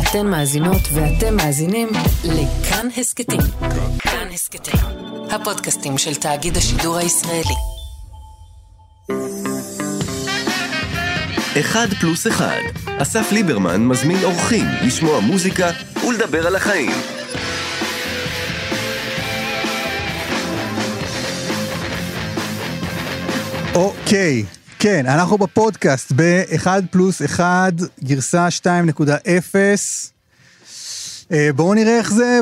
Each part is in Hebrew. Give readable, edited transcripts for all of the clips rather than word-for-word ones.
אתן מאזינות ואתם מאזינים לכאן הסקטים. כאן הסקטים, הפודקאסטים של תאגיד השידור הישראלי. 1+1. אסף ליברמן מזמין אורחים לשמוע מוזיקה ולדבר על החיים. אוקיי, כן, אנחנו בפודקאסט ב-1+1 גרסה 2.0. בואו נראה איך זה,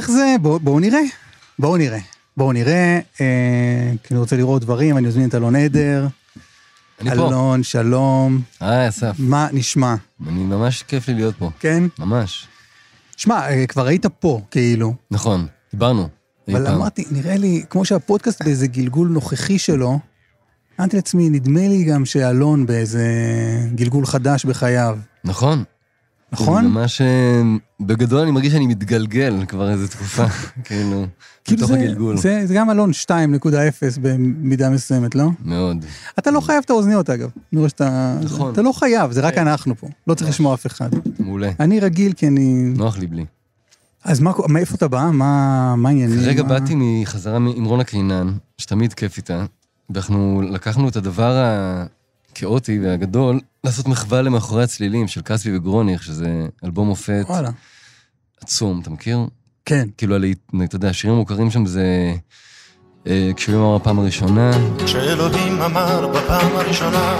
בואו נראה, כי אני רוצה לראות דברים, אני מזמין את אלון עדר. אני פה. אלון, שלום. היי, אסף. מה נשמע? אני ממש כיף לי להיות פה. כן? ממש. שמע, כבר היית פה, כאילו. נכון, דיברנו. אבל אמרתי, נראה לי, כמו שהפודקאסט באיזה גלגול נוכחי שלו, אמרתי לעצמי, נדמה לי גם שאלון באיזה גלגול חדש בחייו. נכון. נכון? ממש, בגדול אני מרגיש שאני מתגלגל כבר איזו תקופה, כאילו, בתוך הגלגול. זה גם אלון 2.0 במידה מסוימת, לא? מאוד. אתה לא חייב את האוזניות, אגב. נראה שאתה... נכון. אתה לא חייב, זה רק אנחנו פה. לא צריך לשמוע אף אחד. מעולה. אני רגיל כי אני... נוח לי בלי. אז מאיפה אתה בא? מה העניינים? כרגע באתי מחזרה עם רונה קינן, שתמיד כיף איתה, ואנחנו לקחנו את הדבר הכאוטי והגדול, לעשות מחווה למאחורי הצלילים של קסבי וגרוניך, שזה אלבום מופת עצום, אתה מכיר? כן. כאילו, אתה יודע, השירים מוכרים שם זה... כשאלוהים אמר בפעם הראשונה. כשאלוהים אמר בפעם הראשונה,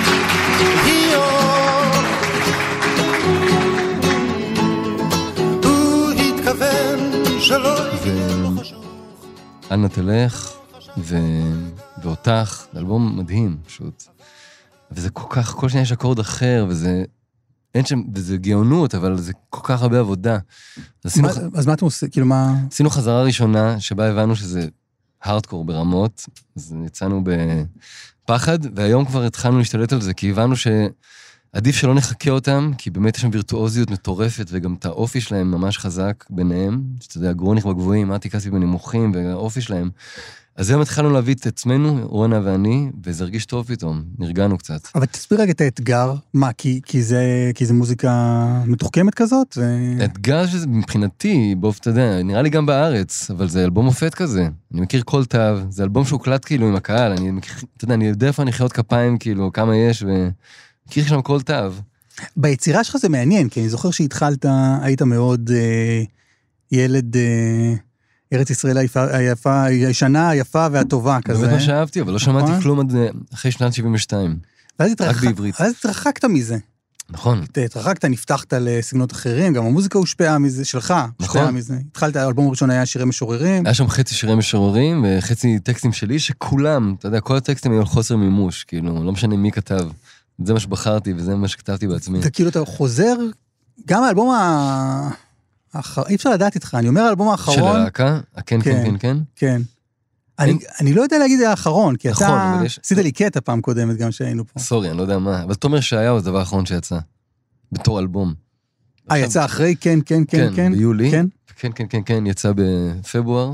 הוא התכוון שלא יהיה לו חשוב. אל נא תלך, ואותך, זה אלבום מדהים, פשוט. וזה כל כך, כל שנייה יש אקורד אחר, וזה... אין שם, וזה גאונות, אבל זה כל כך הרבה עבודה. אז מה אתם עושים? כאילו מה... עשינו חזרה ראשונה, שבה הבנו שזה הארדקור ברמות, אז יצאנו בפחד, והיום כבר התחלנו להשתלט על זה, כי הבנו שעדיף שלא נחכה אותם, כי באמת יש שם וירטואוזיות מטורפת, וגם את האופי שלהם ממש חזק ביניהם, שאתה יודע, גרוניך בגבוהים, מתי קסבי בנמוכים, והאופי שלהם. אז היום התחלנו להביא את עצמנו, רונה ואני, וזה הרגיש טוב פתאום, נרגענו קצת. אבל תסביר רגע את האתגר, מה, כי זה מוזיקה מתוחכמת כזאת? האתגר שזה מבחינתי, אתה יודע, נראה לי גם בארץ, אבל זה אלבום מופת כזה. אני מכיר כל תו, זה אלבום שהוקלט כאילו עם הקהל, אתה יודע, אני יודע איפה אני חיות כפיים, כאילו, כמה יש, ומכיר שם כל תו. ביצירה שלך זה מעניין, כי אני זוכר שהתחלת, היית מאוד ילד... ארץ ישראל היפה, הישנה, היפה והטובה כזה. באמת מה שאהבתי, אבל לא שמעתי כלום עד אחרי שנת 72. רק בעברית. ואז התרחקת מזה. נכון. התרחקת, נפתחת לסגנות אחרים, גם המוזיקה הושפעה מזה, שלך הושפעה מזה. התחלת, האלבום הראשון היה שירי משוררים. היה שם חצי שירי משוררים, וחצי טקסטים שלי, שכולם, אתה יודע, כל הטקסטים היו על חוסר מימוש, כאילו, לא משנה מי כתב. זה מה שבחרתי, וזה מה שכתבתי בעצמי. וכאילו אתה חוזר, גם האלבום אי אפשר לדעת איתך, אני אומר האלבום האחרון... של הלהקה? כן, כן, כן, כן. כן. אני לא יודע להגיד האחרון, כי נכון, אתה... עשית לי קטע פעם קודמת גם שהיינו פה. סורי, אני לא יודע מה, אבל תומר שעיהו זה הדבר האחרון שיצא, בתור אלבום. יצא אחרי, כן, כן, כן, כן. ביולי, כן, כן, כן, כן, יצא בפברואר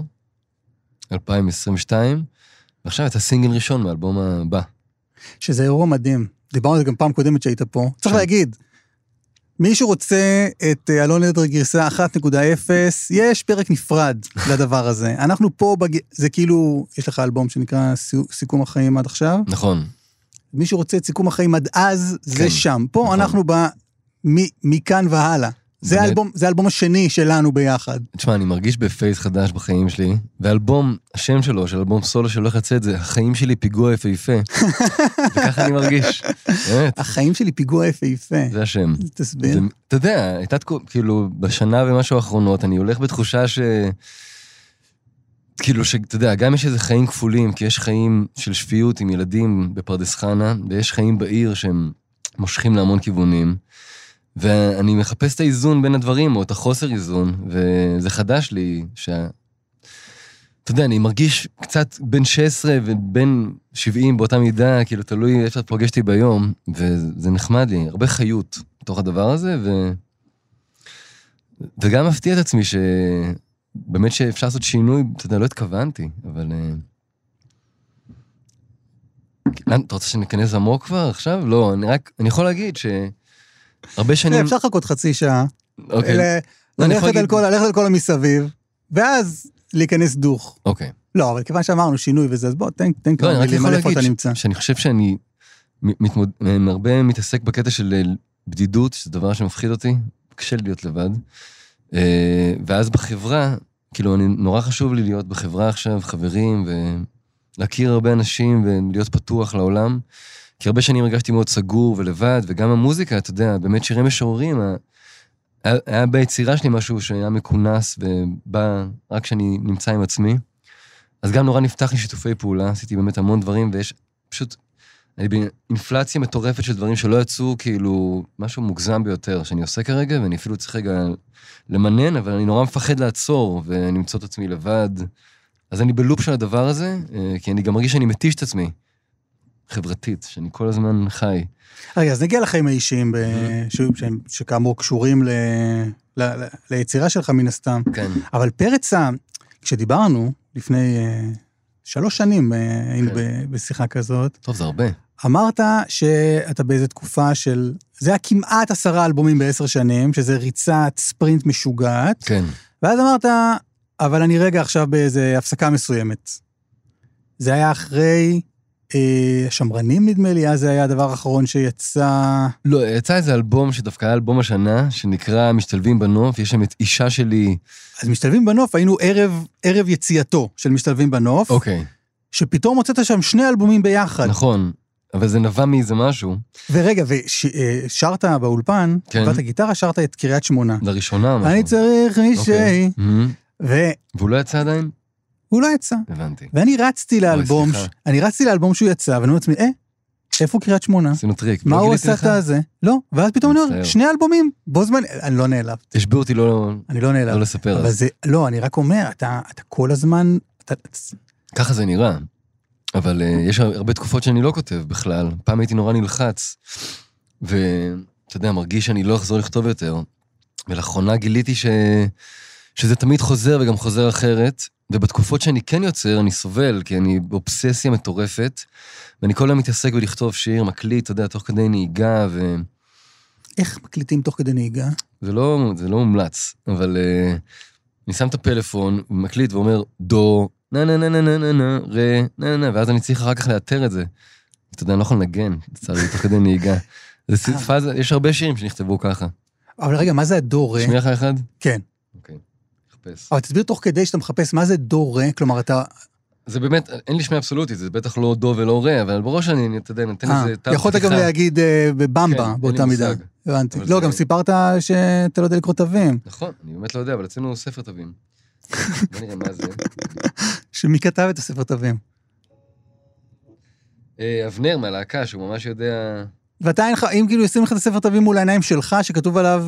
2022, ועכשיו יצא סינגל ראשון מהאלבום הבא. שזה אירוע מדהים. דיברנו על זה גם פעם קודמת שהיית פה. צריך להגיד, מי שרוצה את אלון עדר גרסה 1.0, יש פרק נפרד לדבר הזה. אנחנו פה, זה כאילו, יש לך אלבום שנקרא סיכום החיים עד עכשיו. נכון. מי שרוצה את סיכום החיים עד אז, זה שם. פה אנחנו מכאן והלאה. זה האלבום השני שלנו ביחד. תשמע, אני מרגיש בפייס חדש בחיים שלי, ואלבום, השם שלו, של אלבום סולו שלא יחצה את זה, החיים שלי פיגוע יפהפה. וככה אני מרגיש. החיים שלי פיגוע יפהפה. זה השם. תסביר. אתה יודע, הייתה כאילו, בשנה ומשהו האחרונות, אני הולך בתחושה כאילו שאתה יודע, גם יש איזה חיים כפולים, כי יש חיים של שפיות עם ילדים בפרדס חנה, ויש חיים בעיר שהם מושכים להמון כיוונים, ואני מחפש את האיזון בין הדברים, או את החוסר איזון, וזה חדש לי, אתה יודע, אני מרגיש קצת בין 16 ובין 70 באותה מידה, כאילו תלוי איפה את פוגשתי ביום, וזה נחמד לי, הרבה חיות בתוך הדבר הזה, וגם מפתיע את עצמי שבאמת שאפשר לעשות שינוי, אתה יודע, לא התכוונתי, אבל... אתה רוצה שניכנס עמוק כבר עכשיו? לא, אני יכול להגיד שהרבה שנים... אפשר לחכות חצי שעה. אוקיי. ללכת על כל המסביב, ואז להיכנס דוך. אוקיי. לא, אבל כיוון שאמרנו שינוי וזה, אז בוא, תן כמה מילים על איפה אתה נמצא. שאני חושב שאני הרבה מתעסק בקטע של בדידות, שזה דבר שמפחיד אותי, קשה להיות לבד. ואז בחברה, כאילו, נורא חשוב לי להיות בחברה עכשיו, חברים, ולהכיר הרבה אנשים, ולהיות פתוח לעולם. כי הרבה שנים הרגשתי מאוד סגור ולבד, וגם המוזיקה, אתה יודע, באמת שירי משוררים, היה ביצירה שלי משהו שהיה מכונס, ובא רק כשאני נמצא עם עצמי. אז גם נורא נפתח לי שיתופי פעולה, עשיתי באמת המון דברים, ויש פשוט, אני באינפלציה מטורפת של דברים שלא יצאו, כאילו, משהו מוגזם ביותר, שאני עושה כרגע, ואני אפילו צריך רגע למנן, אבל אני נורא מפחד לעצור, ולמצוא את עצמי לבד. אז אני בלופ של הדבר הזה, כי אני גם מרגיש שאני מתיש את עצמי, חברתית, שאני כל הזמן חי. רגע, אז נגיע לחיים האישיים, שכאמור קשורים ליצירה שלך מן הסתם. כן. אבל פרץ, כשדיברנו, לפני 3 שנים היינו בשיחה כזאת. טוב, זה הרבה. אמרת שאתה באיזו תקופה של, זה היה כמעט 10 אלבומים ב10 שנים, שזה ריצת ספרינט משוגעת. כן. ואז אמרת, אבל אני רגע עכשיו באיזו הפסקה מסוימת. זה היה אחרי שמרנים נדמה לי, אז זה היה הדבר האחרון שיצא... לא, יצא איזה אלבום שדווקא היה אלבום השנה, שנקרא משתלבים בנוף, יש שם את אישה שלי... אז משתלבים בנוף, היינו ערב יציאתו של משתלבים בנוף, אוקיי. שפתאום הוצאת שם 2 אלבומים ביחד. נכון, אבל זה נבע מאיזה משהו. ורגע, ושרת באולפן, ואת הגיטרה, שרת את קריית שמונה. לראשונה משהו. אני צריך מישהי. והוא לא יצא עדיין? הוא לא יצא. הבנתי. ואני רצתי לאלבום שהוא יצא, ואני אומר לעצמי, איפה קריית שמונה? עשינו טריק. מה הוא עשה את הזה? לא, ואז פתאום אני אומר, 2 אלבומים, בו זמן, אני לא נעלב. תשבו אותי לא לספר. אבל זה, לא, אני רק אומר, אתה כל הזמן... ככה זה נראה. אבל יש הרבה תקופות שאני לא כותב בכלל. פעם הייתי נורא נלחץ, ואתה יודע, מרגיש שאני לא אחזור לכתוב יותר. ולאחרונה גיליתי שזה תמיד חוזר וגם חוזר אחרת, ובתקופות שאני כן יוצר, אני סובל, כי אני באובססיה מטורפת, ואני כל היום מתעסק בלכתוב שיר, מקליט, אתה יודע, תוך כדי נהיגה, איך מקליטים תוך כדי נהיגה? זה לא מומלץ, אבל אני שם את הפלאפון, מקליט ואומר, דו, נה, נה, נה, נה, נה, נה, רה, נה, נה, ואז אני צריך אחר כך לאתר את זה. אתה יודע, אני לא יכול לנגן, לצערי, תוך כדי נהיגה. יש הרבה שירים שנכתבו ככה. אבל רגע, מה זה הדו, רה? שמיע לך אחד? כן. אוקיי, מחפש. אבל תסביר תוך כדי שאתה מחפש, מה זה דו, רה? כלומר, אתה... זה באמת, אין לי שמי אבסולוטית, זה בטח לא דו ולא רה, אבל בראש אני, אתה יודע, נתן איזה טאב. יכולת גם להגיד בבמבה, באותה מידה. הבנתי. לא, גם סיפרת שאתה לא יודע לקרוא תווים. נכון, אני באמת לא יודע, אבל אצלנו ספר תווים. בוא נראה מה זה. שמי כתב את הספר תווים? אבנר מהלהקה, שהוא ממש יודע... ואתה, אם כאילו ישים לך את הספר תווים מול העיניים שלך, שכתוב עליו,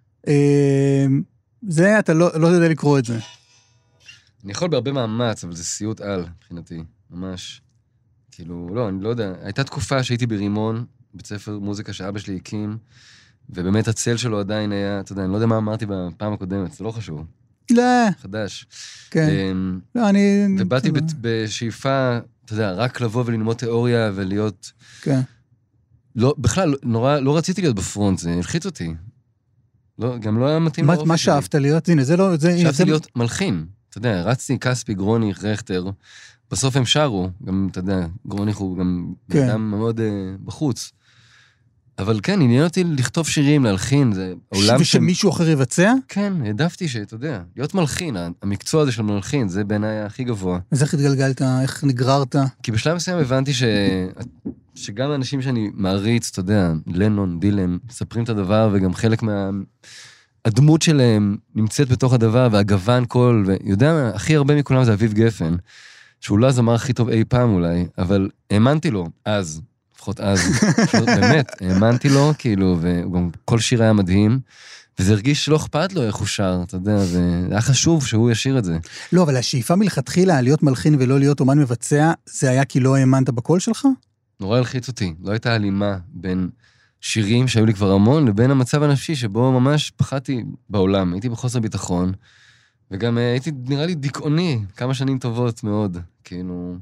זה, אתה לא יודע לקרוא את זה. אני יכול בהרבה מאמץ, אבל זה סיוט על, מבחינתי, ממש. כאילו, לא, אני לא יודע. הייתה תקופה שהייתי ברימון, בית ספר מוזיקה שאבא שלי הקים, ובאמת הצל שלו עדיין היה, אתה יודע, אני לא יודע מה אמרתי בפעם הקודמת, זה לא חשוב. לא. חדש. כן. לא, אני... ובאתי בשאיפה, אתה יודע, רק לבוא וללמוד תיאוריה ולהיות... כן. לא, בכלל, נורא, לא רציתי להיות בפרונט, זה הלחיץ אותי. לא, גם לא היה מתאים לאופן שלי. מה שאפת להיות? הנה, זה לא... שאפתי להיות מלחין. אתה יודע, רצתי כספי, גרוניך, רכטר, בסוף הם שרו, גם, אתה יודע, גרוניך הוא גם אדם מאוד בחוץ. אבל כן, עניין אותי לכתוב שירים, להלחין, זה עולם ושמישהו אחר יבצע? כן, העדפתי שאתה יודע, להיות מלחין, המקצוע הזה של מלחין, זה בעיניי הכי גבוה. אז איך התגלגלת, איך נגררת? כי בשלב מסוים הבנתי שגם האנשים שאני מעריץ, אתה יודע, לנון, דילן, מספרים את הדבר, וגם חלק הדמות שלהם נמצאת בתוך הדבר, והגוון קול, ויודע, הכי הרבה מכולם זה אביב גפן, שהוא לא הזמר הכי טוב אי פעם אולי, אבל האמנתי לו, אז, לפחות אז, באמת, האמנתי לו, כאילו, וגם כל שיר היה מדהים, וזה הרגיש שלא אכפת לו איך הוא שר, אתה יודע, והיה חשוב שהוא ישיר את זה. לא, אבל השאיפה מלכתחילה, להיות מלחין ולא להיות אומן מבצע, זה היה כי לא האמנת בקול שלך? נורא הלחיץ אותי, לא הייתה הלימה בין שירים שהיו לי כבר המון, לבין המצב הנפשי שבו ממש פחדתי בעולם, הייתי בחוסר ביטחון, וגם הייתי נראה לי דיכאוני, כמה שנים טובות מאוד, כאילו...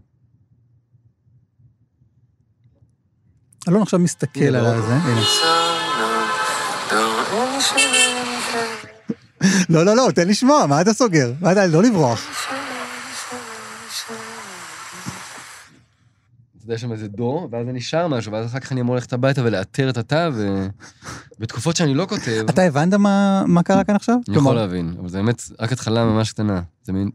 אלון עכשיו מסתכל על זה, הנה. לא, תן לשמוע, מה אתה סוגר? מה אתה, לא לברוח. אתה יודע, יש שם איזה דו, ואז אני שר משהו, ואז אחר כך אני אמור ללכת הביתה ולאתר את התא, ובתקופות שאני לא כותב... אתה הבנת מה קרה כאן עכשיו? אני יכול להבין, אבל זה באמת רק התחלה ממש קטנה. זה מין...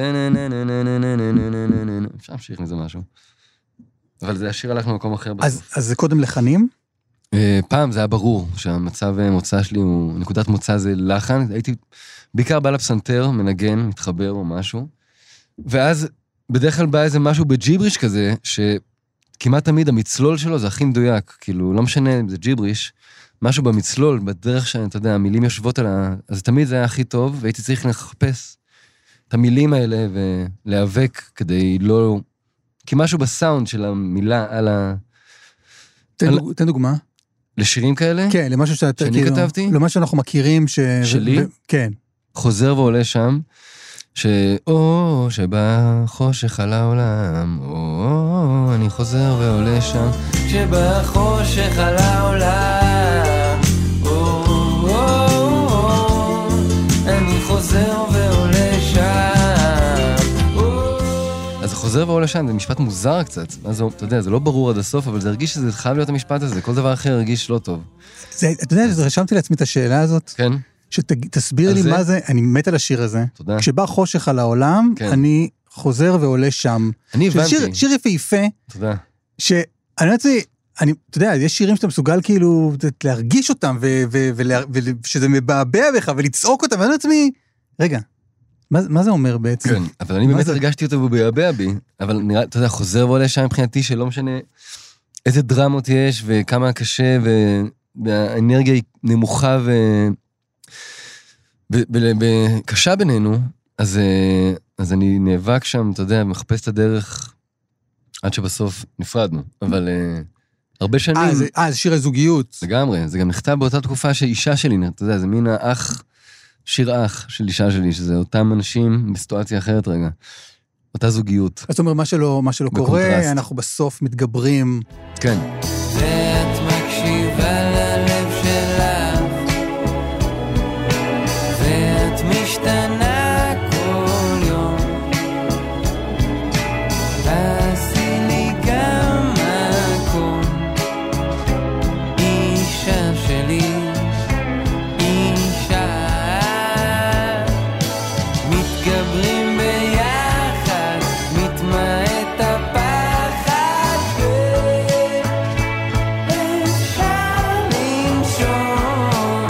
אפשר להמשיך מזה משהו. אבל זה השיר הלך למקום אחר בסוף. אז זה קודם לחנים? פעם זה היה ברור שהמצב מוצא שלי הוא... נקודת מוצא זה לחן. הייתי בעיקר בא לפסנתר, מנגן, מתחבר או משהו. ואז בדרך כלל בא איזה משהו בג'יבריש כזה, שכמעט תמיד המצלול שלו זה הכי מדויק. כאילו, לא משנה אם זה ג'יבריש, משהו במצלול, בדרך שאתה יודע, המילים יושבות על ה... אז תמיד זה היה הכי טוב, והייתי צריך לחפש את המילים האלה ולהיאבק כדי לא... כי משהו בסאונד של המילה על ה... תן דוגמה. לשירים כאלה? כן, למשהו שאתה... שאני כתבתי? למשהו שאנחנו מכירים שלי? כן. חוזר ועולה שם, שבא חושך על העולם, אני חוזר ועולה שם, שבא חושך על העולם, אני חוזר ועולה שם. אז חוזר ועולה שם, זה משפט מוזר קצת, אז אתה יודע, זה לא ברור עד הסוף, אבל זה הרגיש שזה חייב להיות המשפט הזה, כל דבר אחר הרגיש לא טוב. אתה יודע, רשמתי לעצמי את השאלה הזאת, כן. שתסביר לי מה זה, אני מת על השיר הזה. תודה. כשבא חושך על העולם, אני חוזר ועולה שם. אני הבנתי. שיר יפהפה. תודה. שאני רוצה, אתה יודע, יש שירים שאתה מסוגל כאילו להרגיש אותם, ושזה מבעבע בך, ולצעוק אותם, ואני עצמי, רגע, מה זה אומר בעצם? כן, אבל אני באמת הרגשתי אותו ובייבע בי, אבל נראה, אתה יודע, חוזר ועולה שם מבחינתי שלא משנה איזה דרמות יש, וכמה קשה, והאנרגיה היא נמוכה וקשה בינינו, אז אני נאבק שם, אתה יודע, מחפש את הדרך עד שבסוף נפרדנו, אבל הרבה שנים... זה שיר הזוגיות. לגמרי, זה גם נכתב באותה תקופה שאישה שלי, אתה יודע, זה מין שיר אח של אישה שלי, שזה אותם אנשים בסיטואציה אחרת רגע. אותה זוגיות. זאת אומרת, מה שלא קורה, אנחנו בסוף מתגברים. כן. ואת מקשיבה ללב שלך, ואת משתנה כל יום, תעשי לי גם מקום, אישה שלי, אישה, מתגברים ביחד, מתמעט הפחד, ואפשר לנשום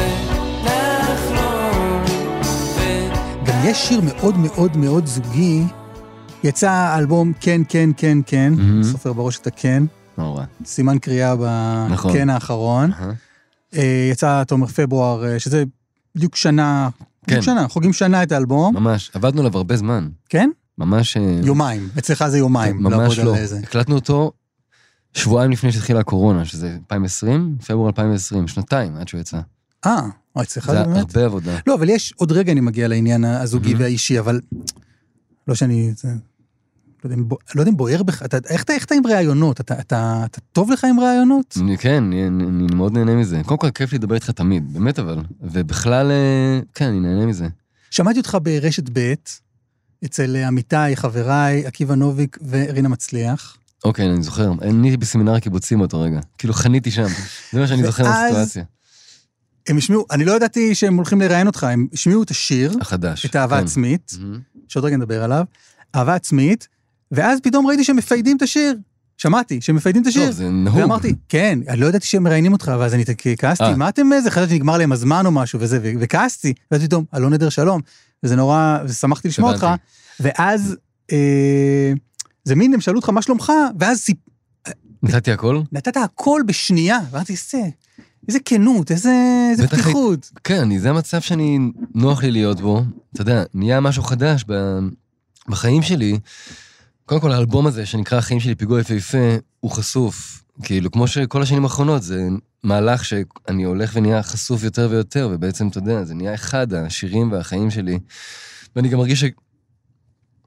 ולחלום. גם יש שיר מאוד מאוד מאוד זוגי, יצא אלבום כן, כן, כן, כן, סופר בראש את הכן, נורא. סימן קריאה בכן האחרון, יצא תומר פברואר, שזה בדיוק שנה, חוגים שנה את האלבום. ממש, עבדנו עליו הרבה זמן. כן? ממש... יומיים, אצלך זה יומיים. ממש לא. הקלטנו אותו שבועיים לפני שהתחילה הקורונה, שזה 2020, פברואר 2020, שנתיים עד שהוא יצא. אצלך זה באמת? זה הרבה עבודה. לא, אבל יש, עוד רגע אני מגיע לעניין הזוגי והאישי, אבל לא שאני... לא יודע אם בוער בך, איך אתה עם רעיונות? אתה טוב לך עם רעיונות? כן, אני מאוד נהנה מזה. קודם כל, כיף לי לדבר איתך תמיד, באמת אבל. ובכלל, כן, אני נהנה מזה. שמעתי אותך ברשת ב' אצל עמיתי, חבריי, עקיבא נוביק ורינה מצליח. אוקיי, אני זוכר. אני בסמינר הקיבוצים אותו רגע. כאילו חניתי שם. זה מה שאני זוכר בסיטואציה. הם השמיעו, אני לא ידעתי שהם הולכים לראיין אותך, הם השמיעו את השיר. החדש. את האהבה עצמית, שעוד רגע נדבר עליו. אהבה עצמית, ואז פתאום ראיתי שהם מפיידים את השיר. שמעתי, שהם מפיידים את השיר. טוב, זה נהוג. ואמרתי, כן, אני לא ידעתי שהם מראיינים אותך, ואז אני כעסתי, מה אתם איזה? חשבתי שנגמר להם הזמן או משהו, וזה, וכעסתי, ואז פתאום, אלון נדר שלום, וזה נורא, ושמחתי לשמוע אותך, ואז, זה מין, הם שאלו אותך מה שלומך, ואז נתתי הכל? נתת הכל בשנייה, ואמרתי, איזה כנות, איזה פתיחות. כן, זה המצב שאני נוח לי להיות בו, אתה יודע, נהיה משהו חדש בחיים שלי, קודם כל, האלבום הזה, שנקרא החיים שלי פיגוע יפהפה, הוא חשוף. כאילו, כמו שכל השנים האחרונות, זה מהלך שאני הולך ונהיה חשוף יותר ויותר, ובעצם, אתה יודע, זה נהיה אחד, השירים והחיים שלי. ואני גם מרגיש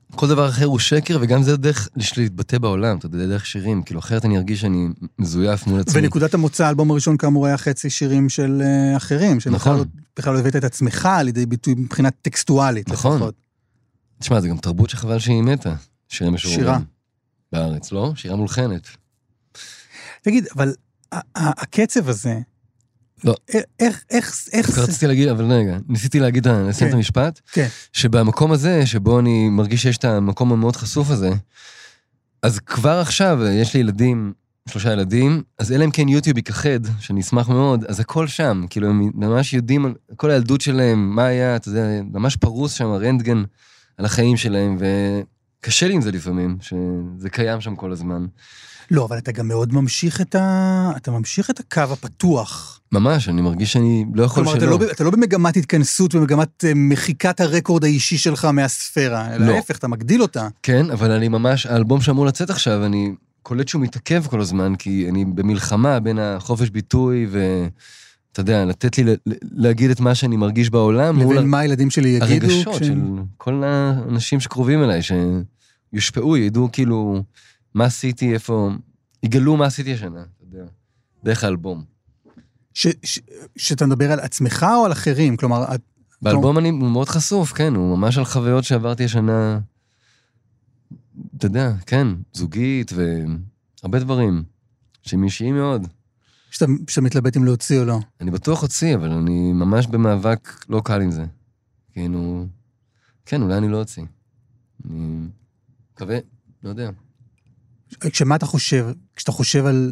כל דבר אחר הוא שקר, וגם זה דרך להתבטא בעולם, אתה יודע, דרך שירים, כאילו אחרת אני ארגיש שאני מזויף מול עצמי. ונקודת המוצא, האלבום הראשון כאמור היה חצי שירים של אחרים, שבכלל לא הבאת את עצמך לידי ביטוי מבחינת טקסטואלית. נכון. לפחות. תשמע, זה גם תרבות שחבל שהיא מתה. שירים משוררים. שירה. בארץ, לא? שירה מולחנת. תגיד, אבל הקצב הזה, לא. איך רציתי להגיד, אבל רגע, ניסיתי להגיד, לסיים את המשפט, כן. שבמקום הזה, שבו אני מרגיש שיש את המקום המאוד חשוף הזה, אז כבר עכשיו, יש לי ילדים, 3 ילדים, אז אלה הם כן יוטיוב ייכחד, שאני אשמח מאוד, אז הכל שם, כאילו הם ממש יודעים, כל הילדות שלהם, מה היה, אתה יודע, ממש פרוס שם, רנטגן על החיים שלהם, וקשה לי עם זה לפעמים, שזה קיים שם כל הזמן. לא, אבל אתה גם מאוד ממשיך אתה ממשיך את הקו הפתוח. ממש, אני מרגיש שאני לא יכול שלא. כלומר, אתה לא במגמת התכנסות, במגמת מחיקת הרקורד האישי שלך מהספירה, אלא להפך, אתה מגדיל אותה. כן, אבל אני ממש, האלבום שאמור לצאת עכשיו, אני קולט שהוא מתעכב כל הזמן, כי אני במלחמה בין החופש ביטוי אתה יודע, לתת לי להגיד את מה שאני מרגיש בעולם. לבין מה הילדים שלי יגידו. הרגשות של כל האנשים שקרובים אליי, שיושפעו, ידעו כאילו מה עשיתי, איפה, יגלו מה עשיתי השנה, אתה יודע, דרך האלבום. שאתה מדבר על עצמך או על אחרים? כלומר, באלבום אני מאוד חשוף, כן, הוא ממש על חוויות שעברתי השנה, אתה יודע, כן, זוגית והרבה דברים, שהם אישיים מאוד. שאתה מתלבט אם להוציא או לא. אני בטוח הוציא, אבל אני ממש במאבק לא קל עם זה. כאילו, כן, אולי אני לא הוציא. אני מקווה, לא יודע. כשמה אתה חושב, כשאתה חושב על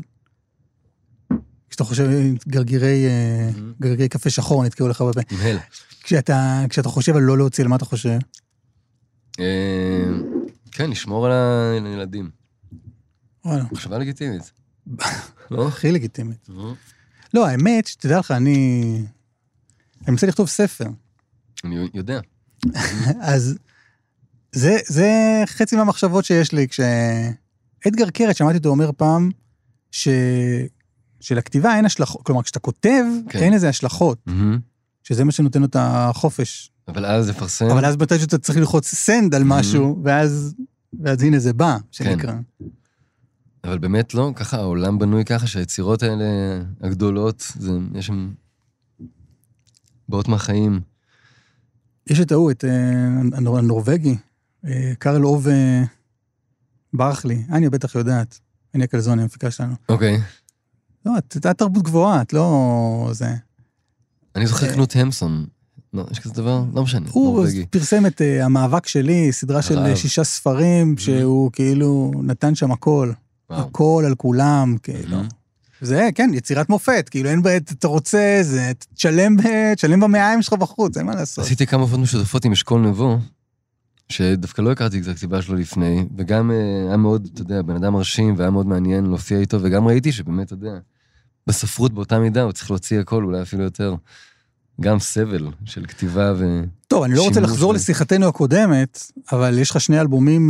גרגירי קפה שחור, נתקעו לך בפה. עם הל. כשאתה חושב על לא להוציא, על מה אתה חושב? כן, לשמור על הילדים. מחשבה לגיטימית. לא? הכי לגיטימית. לא, האמת, שתדע לך, אני מנסה לכתוב ספר. אני יודע. אז זה חצי מהמחשבות שיש לי, כשאדגר קרת, שמעתי אותו אומר פעם, שלכתיבה אין השלכות, כלומר, כשאתה כותב, אין איזה השלכות, שזה מה שנותן לו את החופש. אבל אז לפרסם. אבל אז בתאי שאתה צריך ללחוץ סנד על משהו, ואז הנה זה בא, שנקרא. אבל באמת לא, ככה העולם בנוי ככה, שהיצירות האלה הגדולות, יש שם באות מהחיים. יש את ההוא, את הנורווגי, קארל אוב ברח לי, אני בטח יודעת, אני הקלזוני, המפיקה שלנו. אוקיי. לא, אתה תרבות גבוהה, את לא זה. אני זוכר קנוט המסון, לא, יש כזה דבר? לא משנה, נורווגי. הוא פרסם את המאבק שלי, סדרה של 6 ספרים, שהוא כאילו נתן שם הכל. הכל על כולם, כאילו. זה, כן, יצירת מופת, כאילו אין בה, אתה רוצה, זה, תשלם במעיים שלך בחוץ, אין מה לעשות. עשיתי כמה עבודות משותפות עם אשכול נבו, שדווקא לא הכרתי את הכתיבה שלו לפני, וגם היה מאוד, אתה יודע, בן אדם מרשים, והיה מאוד מעניין להופיע איתו, וגם ראיתי שבאמת, אתה יודע, בספרות באותה מידה, הוא צריך להוציא הכל, אולי אפילו יותר, גם סבל של כתיבה ו... טוב, אני לא רוצה לחזור לשיחתנו הקודמת, אבל יש לך 2 אלבומים,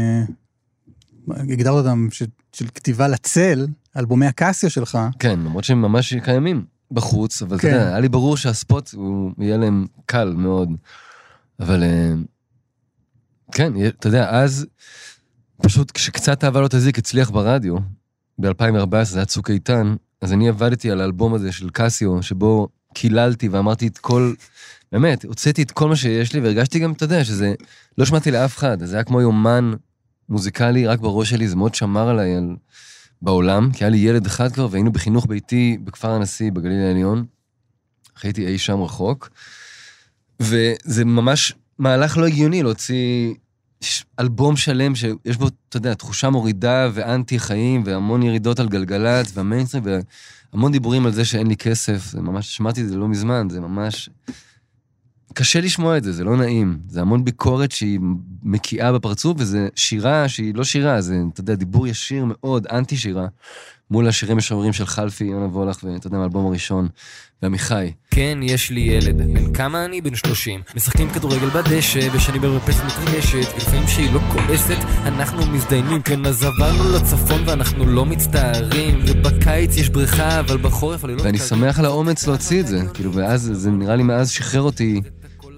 הגדרת אותם, של כתיבה לצל, אלבומי הקסיו שלך. כן, למרות שהם ממש קיימים בחוץ, אבל אתה יודע, היה לי ברור שהספוט הוא יהיה להם קל מאוד. אבל כן, אתה יודע, אז פשוט כשקצת אהבה לא תזיק הצליח ברדיו, ב-2014 זה היה צוק איתן, אז אני עבדתי על האלבום הזה של קסיו, שבו קיללתי ואמרתי את כל, באמת, הוצאתי את כל מה שיש לי, והרגשתי גם, אתה יודע, שזה לא שמעתי לאף אחד, זה היה כמו יומן מוזיקלי, רק בראש שלי, זה מאוד שמר עליי בעולם, כי היה לי ילד אחד כבר, והיינו בחינוך ביתי בכפר הנשיא, בגליל העליון, חייתי אי שם רחוק, וזה ממש מהלך לא הגיוני להוציא אלבום שלם שיש בו, אתה יודע, תחושה מורידה ואנטי חיים, והמון ירידות על גלגלת, והמיינסטרים, והמון דיבורים על זה שאין לי כסף, זה ממש, שמעתי את זה לא מזמן, זה ממש... קשה לשמוע את זה, זה לא נעים. זה המון ביקורת שהיא מקיאה בפרצוף, וזה שירה שהיא לא שירה, זה, אתה יודע, דיבור ישיר מאוד, אנטי שירה, מול השירים משוררים של חלפי, יונה וולך, ואתה יודע, האלבום הראשון, ועמיחי. כן, יש לי ילד, בן כמה אני? בן 30. משחקים כדורגל בדשא, ושאני במרפסת מתרגשת, ולפעמים שהיא לא כועסת, אנחנו מזדיינים, כן, אז עברנו לצפון ואנחנו לא מצטערים, ובקיץ יש בריכה, אבל בחורף אני לא... ואני שמח על האומץ להוציא את זה, כאילו, ואז, זה נראה לי מאז שחרר אותי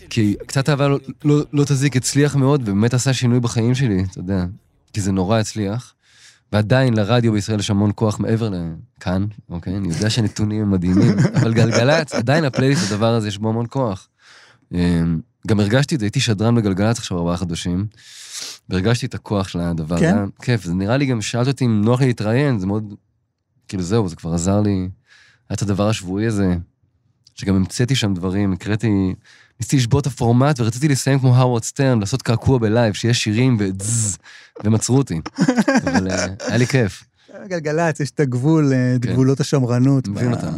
כי קצת אהבה לא תזיק הצליח מאוד, ובאמת עשה שינוי בחיים שלי, אתה יודע, כי זה נורא הצליח, ועדיין לרדיו בישראל יש המון כוח מעבר לכאן, אוקיי? אני יודע שהנתונים הם מדהימים, אבל גלגלץ, עדיין הפלייליסט, הדבר הזה יש בו המון כוח. גם הרגשתי את זה, הייתי שדרן בגלגלץ עכשיו 4 חודשים, והרגשתי את הכוח של הדבר. כן? זה כיף, זה נראה לי גם שאלת אותי אם נוח לי להתראיין, זה מאוד, כאילו זהו, זה כבר עזר לי, היה את הדבר השבועי הזה, שגם המצאתי שם דברים, ניסיתי לשבור את הפורמט, ורציתי לסיים כמו הווארד סטרן, לעשות קעקוע בלייב, שיש שירים ומצרו אותי. אבל היה לי כיף. גלגלץ, יש את הגבול, את גבולות השמרנות. מבין אותם.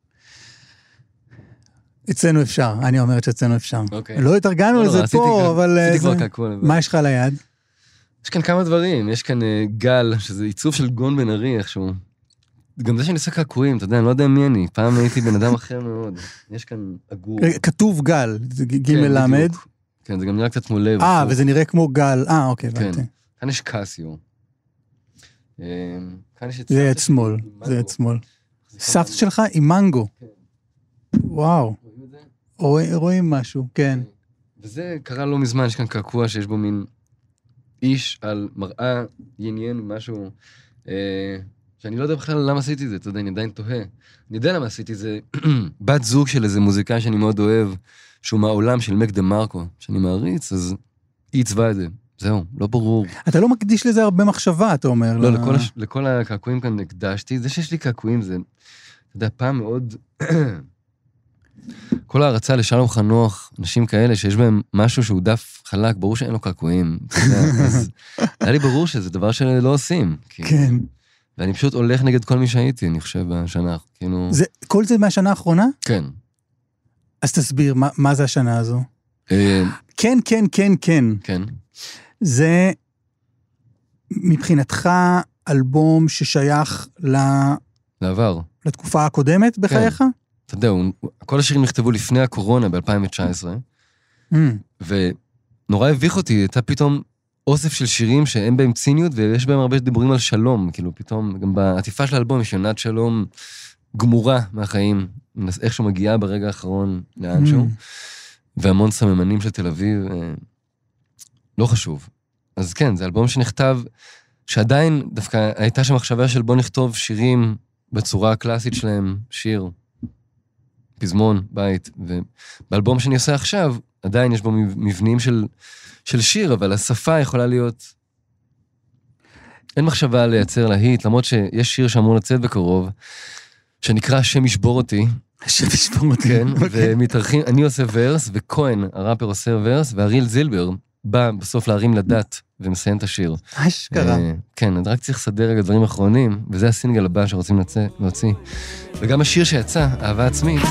אצלנו אפשר, אני אומרת שאצלנו אפשר. אוקיי. לא התארגנו לזה פה, אבל... עשיתי כבר קעקוע. מה יש לך על היד? יש כאן כמה דברים, יש כאן גל, שזה עיצוב של גון בן ארי, איכשהו. גם זה שאני עושה קעקועים, אתה יודע, אני לא יודע מי אני, פעם הייתי בן אדם אחר מאוד. יש כאן אגור. כתוב גל, זה ג' למד. כן, זה גם נראה קצת כמו לב. וזה נראה כמו גל, אוקיי, כן, כאן יש קסיו. זה יד שמאל, זה יד שמאל. סבתא שלך עם מנגו. וואו. רואים משהו, כן. וזה קרה לא מזמן, יש כאן קעקוע שיש בו מין איש על מראה יניין, משהו, שאני לא יודע בכלל למה עשיתי את זה, אתה יודע, אני עדיין תוהה. אני יודע למה עשיתי את זה, בת זוג של איזה מוזיקאי שאני מאוד אוהב, שהוא מהעולם של מק דה מרקו, שאני מעריץ, אז היא עיצבה את זה. זהו, לא ברור. אתה לא מקדיש לזה הרבה מחשבה, אתה אומר. לא, לכל הקעקועים כאן הקדשתי, זה שיש לי קעקועים זה, אתה יודע, פעם מאוד... כל ההרצה לשלום חנוך, אנשים כאלה שיש בהם משהו שהוא דף חלק, ברור שאין לו קעקועים. אז היה לי ברור שזה דבר שלא עושים. כן. ואני פשוט הולך נגד כל מי שהייתי, אני חושב, בשנה. כל זה מהשנה האחרונה? כן. אז תסביר, מה זה השנה הזו? כן, כן, כן, כן. כן. זה מבחינתך אלבום ששייך לעבר. לתקופה הקודמת בחייך? אתה יודע, כל השירים נכתבו לפני הקורונה ב-2019, ונורא הביך אותי, הייתה פתאום אוסף של שירים שאין בהם ציניות, ויש בהם הרבה דיבורים על שלום, כאילו פתאום, גם בעטיפה של האלבום יש יונת שלום גמורה מהחיים, איכשהו מגיעה ברגע האחרון לאנשהו, והמון סממנים של תל אביב, לא חשוב. אז כן, זה אלבום שנכתב, שעדיין דווקא הייתה שם מחשבה של בוא נכתוב שירים בצורה הקלאסית שלהם, שיר, פזמון, בית, ובאלבום שאני עושה עכשיו, עדיין יש בו מבנים של שיר, אבל השפה יכולה להיות... אין מחשבה לייצר להיט, למרות שיש שיר שאמור לצאת בקרוב, שנקרא השם ישבור אותי. השם ישבור אותי. כן, ומתארחים, אני עושה ורס, וכהן, הראפר עושה ורס, ואריל זילבר בא בסוף להרים לדת, ומסיים את השיר. אשכרה. כן, אני רק צריך לסדר רגע דברים אחרונים, וזה הסינגל הבא שרוצים להוציא. וגם השיר שיצא, אהבה עצמית.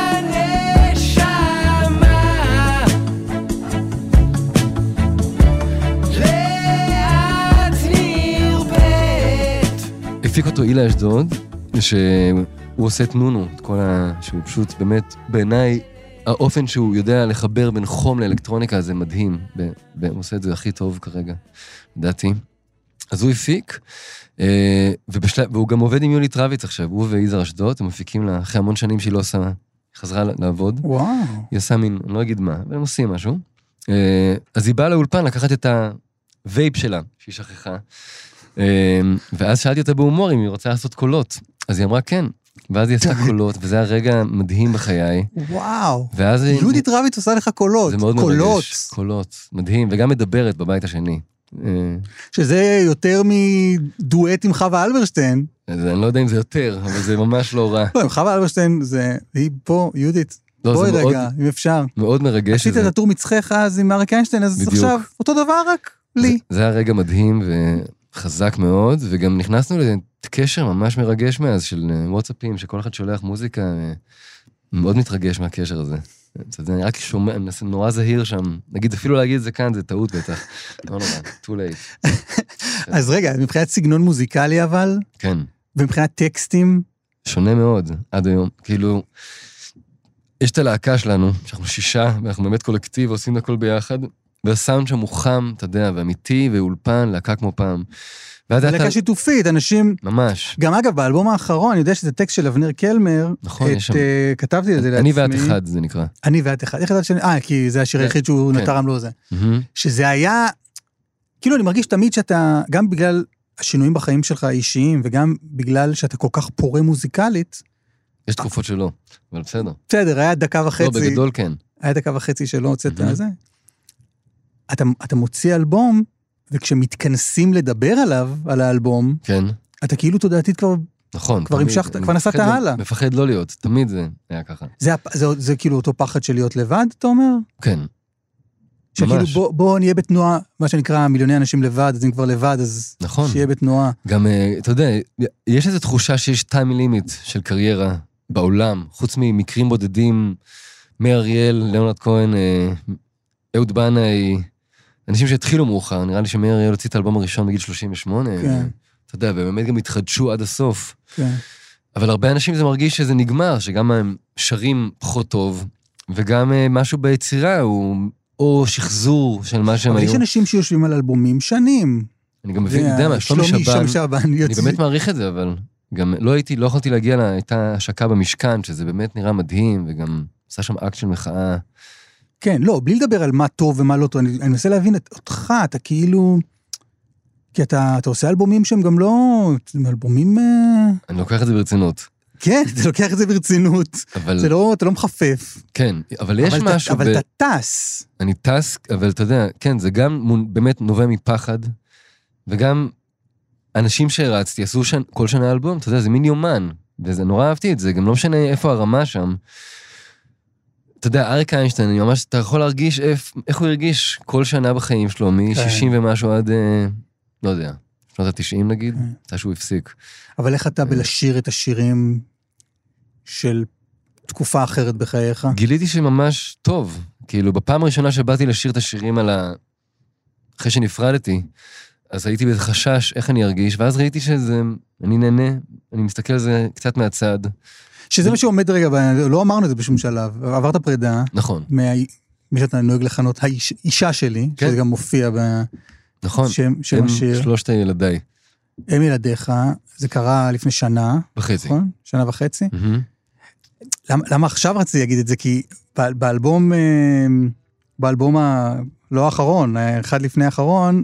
הפיק אותו אילה אשדוד, שהוא עושה את נונו, את כל שהוא פשוט באמת, בעיניי, האופן שהוא יודע לחבר בין חום לאלקטרוניקה, זה מדהים, הוא עושה את זה הכי טוב כרגע, לדעתי. אז הוא הפיק, והוא גם עובד עם יולי רביץ עכשיו, הוא ואיזר אשדוד, הם מפיקים לה, אחרי המון שנים שהיא לא עושה, חזרה לעבוד. וואו. היא עושה מין, אני לא אגיד מה, אבל הם עושים משהו. אז היא באה לאולפן לקחת את הווייפ שלה, שהיא שכחה, ואז שאלתי אותה בהומור אם היא רוצה לעשות קולות, אז היא אמרה כן, ואז היא עשתה קולות, וזה הרגע מדהים בחיי. וואו, ואז יהודית רביץ עושה לך קולות. זה מאוד מרגש, קולות, מדהים, וגם מדברת בבית השני. שזה יותר מדואט עם חווה אלברשטיין. אני לא יודע אם זה יותר, אבל זה ממש לא רע. לא, עם חווה אלברשטיין, היא פה, יהודית. בואי רגע, אם אפשר. מאוד מרגש. עשית את הטור מצחך אז עם אריק איינשטיין, אז עכשיו אותו דבר רק לי. זה הרגע מדהים וחזק מאוד, וגם נכנסנו לקשר ממש מרגש מאז של וואטסאפים, שכל אחד שולח מוזיקה, מאוד מתרגש מהקשר הזה. אני רק שומע, נורא זהיר שם, נגיד אפילו להגיד את זה כאן, זה טעות בטח. לא נורא, too late. אז רגע, מבחינת סגנון מוזיקלי אבל? כן. ומבחינת טקסטים? שונה מאוד, עד היום. כאילו, יש את הלהקה שלנו, שאנחנו 6, ואנחנו באמת קולקטיב, עושים הכל ביחד, והסאונד שם הוא חם, אתה יודע, ואמיתי, ואולפן, להקה כמו פעם. להקה שיתופית, אנשים... ממש. גם אגב, באלבום האחרון, אני יודע שזה טקסט של אבנר קלמר, נכון, יש שם. כתבתי את זה לעצמי. אני ואת אחד, זה נקרא. אני ואת אחד. איך ידעת שאני... כי זה השיר היחיד שהוא נתרם לו זה. שזה היה... כאילו, אני מרגיש תמיד שאתה, גם בגלל השינויים בחיים שלך האישיים, וגם בגלל שאתה כל כך פורה מוזיקלית... יש תקופות שלא, אבל בסדר. בסדר, היה דקה וחצי... לא, בגדול כן. היה דקה וחצי שלא הוצאת על זה. אתה מוציא אלבום, וכשמתכנסים לדבר עליו, על האלבום, כן. אתה כאילו תודעתית כבר... נכון. כבר המשכת, כבר נסעת הלאה. מפחד לא להיות, תמיד זה היה ככה. זה כאילו אותו פחד של להיות לבד, אתה אומר? כן. שכאילו בוא נהיה בתנועה, מה שנקרא מיליוני אנשים לבד, אז אם כבר לבד, אז נכון. שיהיה בתנועה. גם, אתה יודע, יש איזו תחושה שיש טיים לימיט של קריירה בעולם, חוץ ממקרים בודדים, מאריאל, ליאונרד כהן, אהוד בנאי, אנשים שהתחילו מאוחר, נראה לי שמאריאל הוציא את האלבום הראשון בגיל 38, כן. אתה יודע, ובאמת גם התחדשו עד הסוף. כן. אבל הרבה אנשים זה מרגיש שזה נגמר, שגם הם שרים פחות טוב, וגם משהו ביצירה הוא או שחזור של מה שהם היו. אבל יש אנשים שיושבים על אלבומים שנים. אני גם מבין, יודע מה, שלומי שבן, אני באמת מעריך את זה, אבל גם לא יכולתי להגיע לה, הייתה השקה במשכן, שזה באמת נראה מדהים, וגם עשה שם אקט של מחאה. כן, לא, בלי לדבר על מה טוב ומה לא טוב, אני מנסה להבין אותך, אתה כאילו... כי אתה עושה אלבומים שהם גם לא... אלבומים... אני לוקח את זה ברצינות. כן, אתה לוקח את זה ברצינות. זה לא, אתה לא מחפף. כן, אבל יש משהו... אבל אתה טס. אני טס, אבל אתה יודע, כן, זה גם באמת נובע מפחד, וגם אנשים שהרצתי, עשו כל שנה אלבום, אתה יודע, זה מין יומן, וזה נורא אהבתי את זה, גם לא משנה איפה הרמה שם. אתה יודע, אריק איינשטיין, אני ממש, אתה יכול להרגיש איך הוא הרגיש כל שנה בחיים שלו, מ-60 ומשהו עד, לא יודע, שנות ה-90 נגיד, אתה שהוא הפסיק. אבל איך אתה בלשיר את השירים של תקופה אחרת בחייך? גיליתי שממש טוב, כאילו בפעם הראשונה שבאתי לשיר את השירים אחרי שנפרדתי, אז הייתי בחשש איך אני ארגיש, ואז ראיתי שזה, אני נהנה, אני מסתכל על זה קצת מהצד. שזה מה שעומד רגע, לא אמרנו את זה בשום שלב, עברת פרידה. נכון. מי שאתה נוהג לכנות, האישה שלי, שזה גם מופיע שם השיר. שלושת ילדיי. הם ילדיך, זה קרה לפני שנה. וחצי. נכון? שנה וחצי. למה עכשיו רציתי להגיד את זה? כי באלבום לא האחרון, אחד לפני האחרון,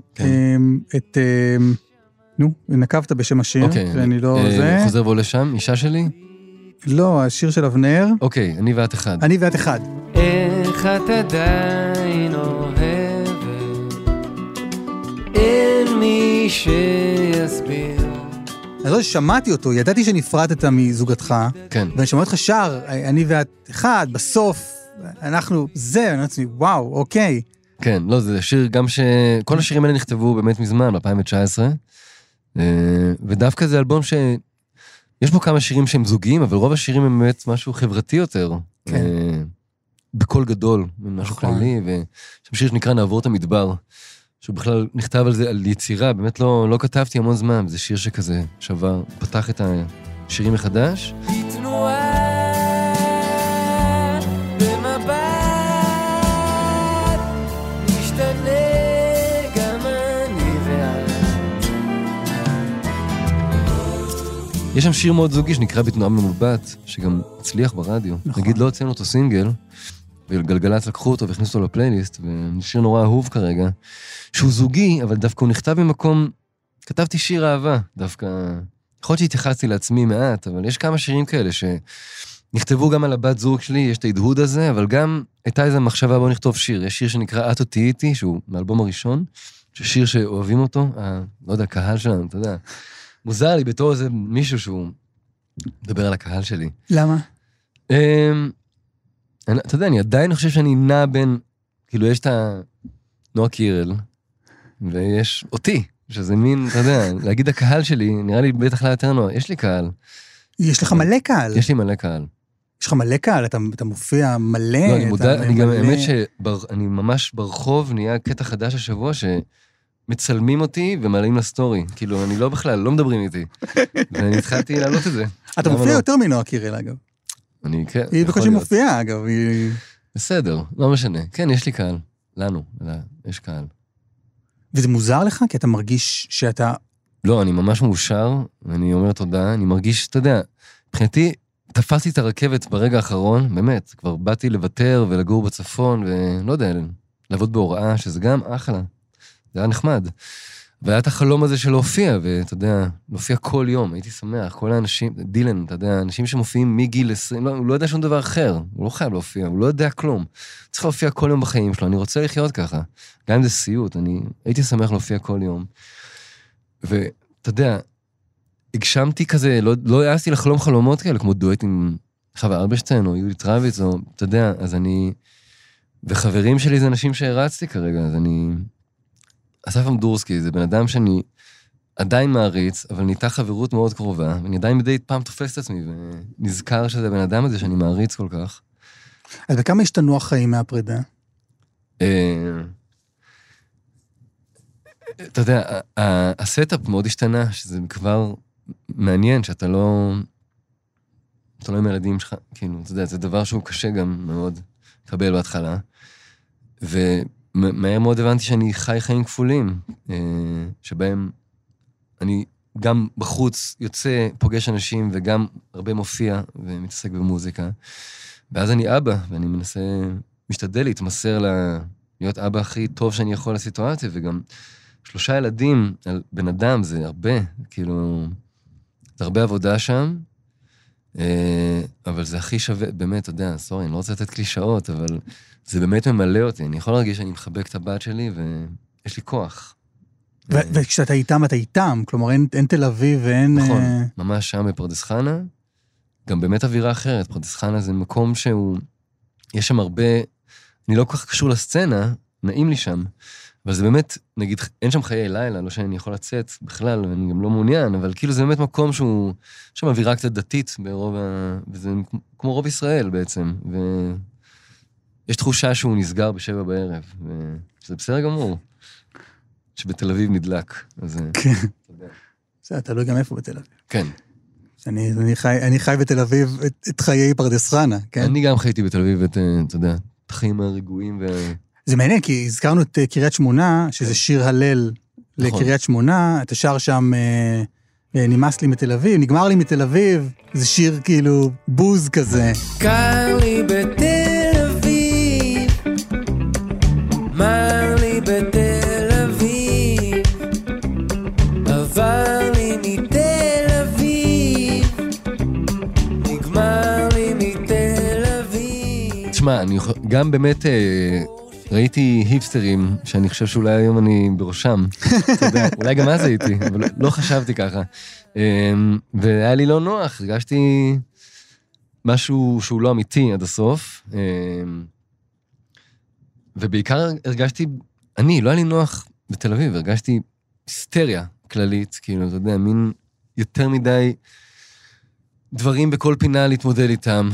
נקבת בשם השיר, ואני לא זה. חוזר ועולה שם, אישה שלי? לא, השיר של אבנר. אוקיי, אני ואת אחד. אני ואת אחד. איך את עדיין אוהבת, אין מי שיסביר. אז לא שמעתי אותו, ידעתי שנפרדת מזוגתך, כן. ואני שמע אותך שר, אני ואת אחד, בסוף, אנחנו, זה, אני עצמי, וואו, אוקיי. כן, לא, זה שיר גם כל השירים האלה נכתבו באמת מזמן, ב-2019, ודווקא זה אלבום יש בו כמה שירים שהם זוגיים, אבל רוב השירים הם באמת משהו חברתי יותר. כן. בקול גדול, משהו כללי, ושם שיר שנקרא נעבור את המדבר, שהוא בכלל נכתב על זה, על יצירה, באמת לא כתבתי המון זמן, זה שיר שכזה שבר, פתח את השירים מחדש. תנועה במבט, משתנה גם אני ואת. יש שם שיר מאוד זוגי שנקרא בתנועה במבט, שגם הצליח ברדיו. נגיד לא הוצאנו אותו סינגל, וגלגלת לקחו אותו והכניסו אותו לפלייליסט, ושיר נורא אהוב כרגע, שהוא זוגי, אבל דווקא הוא נכתב במקום, כתבתי שיר אהבה, דווקא, יכול להיות שהתייחסתי לעצמי מעט, אבל יש כמה שירים כאלה שנכתבו גם על הבת זוג שלי, יש את ההדהוד הזה, אבל גם הייתה איזו מחשבה, בוא נכתוב שיר, יש שיר שנקרא את אותי איתי, שהוא מאלבום הראשון, ששיר שאוהבים אותו, לא יודע, הקהל שלנו, אתה יודע, מוזר לי בתור איזה מישהו שהוא מדבר על הקהל שלי. למה? אתה יודע, אני עדיין חושב שאני נע בין, כאילו יש את נועה קירל, ויש אותי, שזה מין, אתה יודע, להגיד הקהל שלי, נראה לי בטח לה יותר נועה, יש לי קהל. יש לך מלא קהל. יש לי מלא קהל. יש לך מלא קהל, אתה מופיע מלא. לא, אני מודע, אני גם האמת שאני ממש ברחוב, נהיה קטע חדש השבוע, שמצלמים אותי ומעלים לסטורי. כאילו, אני לא בכלל, לא מדברים איתי. ואני התחלתי לעלות את זה. אתה מופיע יותר מנועה קירל, אגב. אני, כן. היא בקושי מופיעה, אגב. בסדר, לא משנה. כן, יש לי קהל. לנו, יש קהל. וזה מוזר לך? כי אתה מרגיש שאתה... לא, אני ממש מאושר, ואני אומר תודה, אני מרגיש, אתה יודע, מבחינתי, תפסתי את הרכבת ברגע האחרון, באמת, כבר באתי לוותר ולגור בצפון, ולא יודע, לעבוד בהוראה, שזה גם אחלה, זה היה נחמד. והיה את החלום הזה של להופיע, ואתה יודע, להופיע כל יום, הייתי שמח, כל האנשים, דילן, אתה יודע, אנשים שמופיעים מגיל 20, הוא לא יודע שום דבר אחר, הוא לא חייב להופיע, הוא לא יודע כלום. צריך להופיע כל יום בחיים שלו, אני רוצה לחיות ככה, גם אם זה סיוט, אני הייתי שמח להופיע כל יום. ואתה יודע, הגשמתי כזה, לא העזתי לחלום חלומות כאלה, כמו דואט עם חווה אלברשטיין, או יהודית רביץ, או, אתה יודע, אז אני, וחברים שלי זה אנשים שהרצתי כרגע, אז אני, אסף אמדורסקי, זה בן אדם שאני עדיין מעריץ, אבל ניתה חברות מאוד קרובה, ואני עדיין מדי פעם תופס את עצמי, ונזכר שזה בן אדם הזה שאני מעריץ כל כך. אז בכמה השתנו החיים מהפרידה? אתה יודע, הסטאפ מאוד השתנה, שזה כבר מעניין, שאתה לא עם הילדים שלך, כאילו, אתה יודע, זה דבר שהוא קשה גם מאוד לקבל בהתחלה, ומהר מאוד הבנתי שאני חי חיים כפולים, שבהם אני גם בחוץ יוצא, פוגש אנשים, וגם הרבה מופיע ומתעסק במוזיקה, ואז אני אבא, ואני משתדל להתמסר להיות אבא הכי טוב שאני יכול לסיטואציה, וגם 3 ילדים על בן אדם זה הרבה, כאילו, זה הרבה עבודה שם, אבל זה הכי שווה, באמת, אתה יודע, סורי, אני לא רוצה לתת קלישאות, אבל זה באמת ממלא אותי, אני יכול להרגיש שאני מחבק את הבת שלי, ויש לי כוח. וכשאתה איתם, אתה איתם, כלומר, אין תל אביב ואין... נכון, ממש שם בפרדס חנה, גם באמת אווירה אחרת, פרדס חנה זה מקום שהוא, יש שם הרבה, אני לא כל כך קשור לסצנה, נעים לי שם, אבל זה באמת, נגיד, אין שם חיי לילה, לא שאני יכול לצאת בכלל, ואני גם לא מעוניין, אבל כאילו זה באמת מקום שהוא, שם אווירה קצת דתית ברוב וזה כמו רוב ישראל בעצם, ויש תחושה שהוא נסגר ב7 בערב, וזה בסדר גמור, שבתל אביב נדלק, אז... כן. זה תלוי גם איפה בתל אביב. כן. אני חי בתל אביב את חיי פרדס חנה, כן? אני גם חייתי בתל אביב את, אתה יודע, את החיים הרגועים זה מעניין, כי הזכרנו את קריית שמונה, שזה שיר הלל לקריית שמונה, אתה שר שם נמאס לי מתל אביב, נגמר לי מתל אביב, זה שיר כאילו בוז כזה. קר לי בתל אביב, מר לי בתל אביב, עבר לי מתל אביב, נגמר לי מתל אביב. תשמע, אני גם באמת... ראיתי היפסטרים, שאני חושב שאולי היום אני בראשם, אתה יודע, אולי גם אז הייתי, אבל לא חשבתי ככה. והיה לי לא נוח, הרגשתי משהו שהוא לא אמיתי עד הסוף, ובעיקר הרגשתי, לא היה לי נוח בתל אביב, הרגשתי היסטריה כללית, כאילו, אתה יודע, מין יותר מדי דברים בכל פינה להתמודד איתם,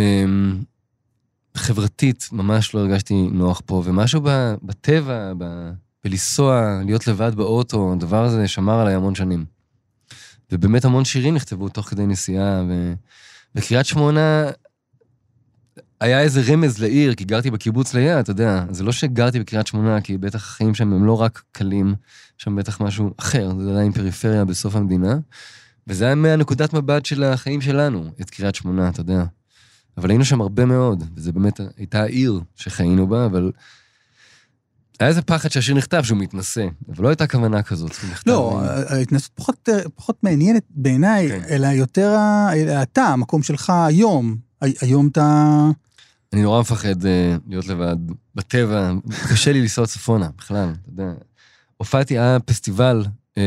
חברתית, ממש לא הרגשתי נוח פה, ומשהו בטבע, בלנסוע, להיות לבד באוטו, הדבר הזה שמר עליי המון שנים. ובאמת המון שירים נכתבו תוך כדי נסיעה, ובקריית שמונה היה איזה רמז לעיר, כי גרתי בקיבוץ ליד, אתה יודע, זה לא שגרתי בקריית שמונה, כי בטח החיים שם הם לא רק קלים, שם בטח משהו אחר, זה עדיין פריפריה בסוף המדינה, וזה היה מהנקודת מבט של החיים שלנו, את קריית שמונה, אתה יודע. אבל היינו שם הרבה מאוד, וזה באמת הייתה העיר שחיינו בה, אבל היה איזה פחד שהשיר נכתב שהוא מתנסה, אבל לא הייתה כוונה כזאת. לא, ההתנסות פחות מעניינת בעיניי, אלא יותר אתה, המקום שלך היום. היום אתה... אני נורא מפחד להיות לבד בטבע, קשה לי לנסוע צפונה, בכלל, אתה יודע. הופעתי, היה פסטיבל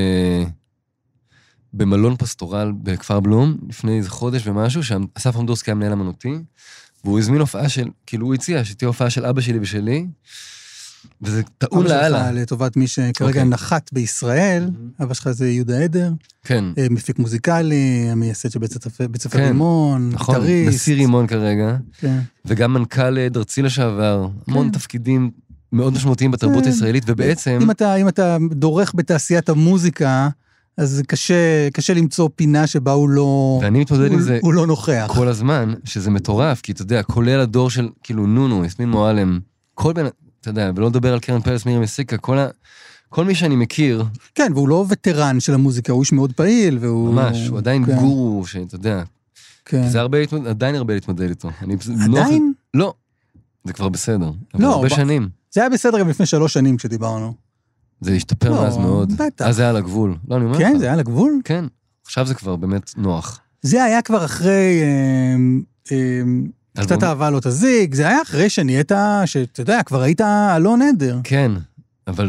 במלון פסטורל בכפר בלום, לפני איזה חודש ומשהו, שאסף אמדורסקי היה מנהל אמנותי, והוא הזמין הופעה של, כאילו הוא הציע, שתהיה הופעה של אבא שלי ושלי, וזה טעון לאללה. לטובת מי שכרגע נחת בישראל, אבא שלך זה יהודה עדר, כן. מפיק מוזיקלי, המייסד של בית ספר רימון, גיטריסט. נשיא רימון כרגע, וגם מנכ"ל דרצי לשעבר, המון תפקידים מאוד משמעותיים בתרבות הישראלית, ובעצם... אם אתה דורך בתעשיית המוזיקה, אז קשה למצוא פינה שבה הוא לא... ואני מתמודד עם זה... הוא לא נוכח. כל הזמן, שזה מטורף, כי אתה יודע, כולל הדור של, כאילו, נונו, יסמין מועלם, כל בין... אתה יודע, ולא לדבר על קרן פלס, מירי מסיקה, כל מי שאני מכיר... כן, והוא לא וטרן של המוזיקה, הוא איש מאוד פעיל, והוא... ממש, הוא עדיין כן. גורו, שאתה יודע, כן. זה עדיין הרבה להתמודד איתו. עדיין? לא, זה כבר בסדר. אבל לא, הרבה שנים. זה היה בסדר גם לפני 3 שנים כשדיברנו. זה השתפר לא, מאז מאוד. בטח. אז זה היה על הגבול. לא, אני אומר לך. כן, זה היה לגבול? כן, עכשיו זה כבר באמת נוח. זה היה כבר אחרי... קצת אהבה לא תזיק, זה היה אחרי שנהיית, שאתה יודע, כבר היית אלון עדר. כן, אבל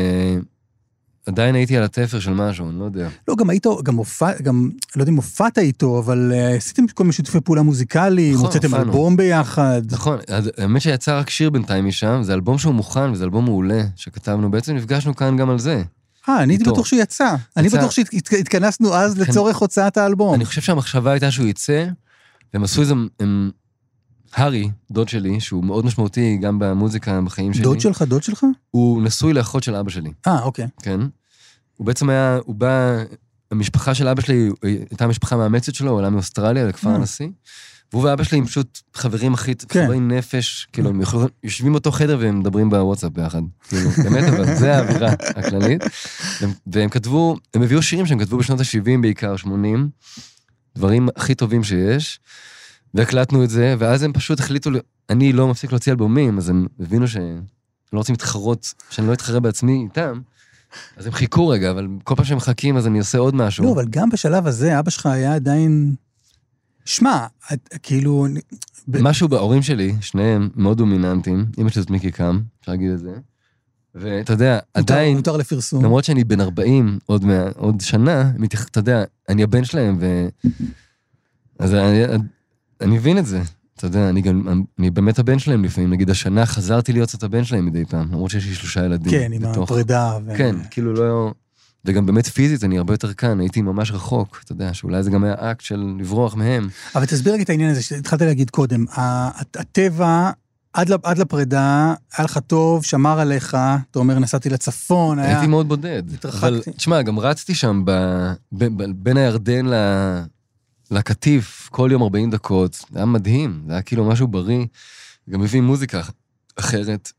עדיין הייתי על התפר של משהו, אני לא יודע. לא, גם היית, גם, לא יודע אם הופעת איתו, אבל עשיתם כל מיני שיתופי פעולה מוזיקליים, נכון, הוצאתם הופענו. אלבום ביחד. נכון, האמת שיצא רק שיר בינתיים משם, זה אלבום שהוא מוכן, וזה אלבום מעולה שכתבנו, בעצם נפגשנו כאן גם על זה. אני הייתי בטוח שהוא יצא. אני בטוח שהתכנסנו אז לצורך הוצאת האלבום. אני חושב שהמחשבה הייתה שהוא יצא, והם עשו איזה, הארי, דוד שלי, שהוא מאוד משמעותי גם במוזיקה, בחיים שלי. דוד שלך, דוד שלך? הוא נשוי לאחות של אבא שלי. אוקיי. כן. הוא בעצם היה, הוא בא, המשפחה של אבא שלי, הייתה משפחה מאמצת שלו, הוא עלה מאוסטרליה לכפר הנשיא, והוא ואבא שלי הם פשוט חברים חברים נפש, כאילו, הם יושבים באותו חדר והם מדברים בוואטסאפ ביחד. כאילו, באמת, אבל זה האווירה הכללית. והם כתבו, הם הביאו שירים שהם כתבו בשנות ה-70 בעיקר, 80, דברים הכי טובים שיש, והקלטנו את זה, ואז הם פשוט החליטו, אני לא מפסיק להוציא אלבומים, אז הם הבינו שהם לא רוצים להתחרות, שאני לא אתחרה בעצמי איתם, אז הם חיכו רגע, אבל כל פעם שהם מחכים, אז אני עושה עוד משהו. לא, אבל גם בשלב הזה, אבא שלך היה עדיין... שמע, כאילו... משהו בהורים שלי, שניהם מאוד דומיננטיים, אמא שלי זאת מיקי קם, אפשר להגיד את זה, ואתה יודע, עדיין... מותר לפרסום. למרות שאני בן 40, עוד שנה, אתה יודע, אני הבן שלהם, אז אני מבין את זה. אתה יודע, אני באמת הבן שלהם לפעמים, נגיד השנה חזרתי להיות קצת הבן שלהם מדי פעם, למרות שיש לי 3 ילדים. כן, עם הפרידה. כן, כאילו לא... וגם באמת פיזית, אני הרבה יותר כאן, הייתי ממש רחוק, אתה יודע, שאולי זה גם היה אקט של לברוח מהם. אבל תסביר רק את העניין הזה, שהתחלת להגיד קודם, הטבע, עד לפרידה, היה לך טוב, שמר עליך, אתה אומר, נסעתי לצפון, היה... הייתי מאוד בודד. אבל, תשמע, גם רצתי שם בין הירדן לקטיף, כל יום 40 דקות, זה היה מדהים, זה היה כאילו משהו בריא, גם מביא מוזיקה אחרת,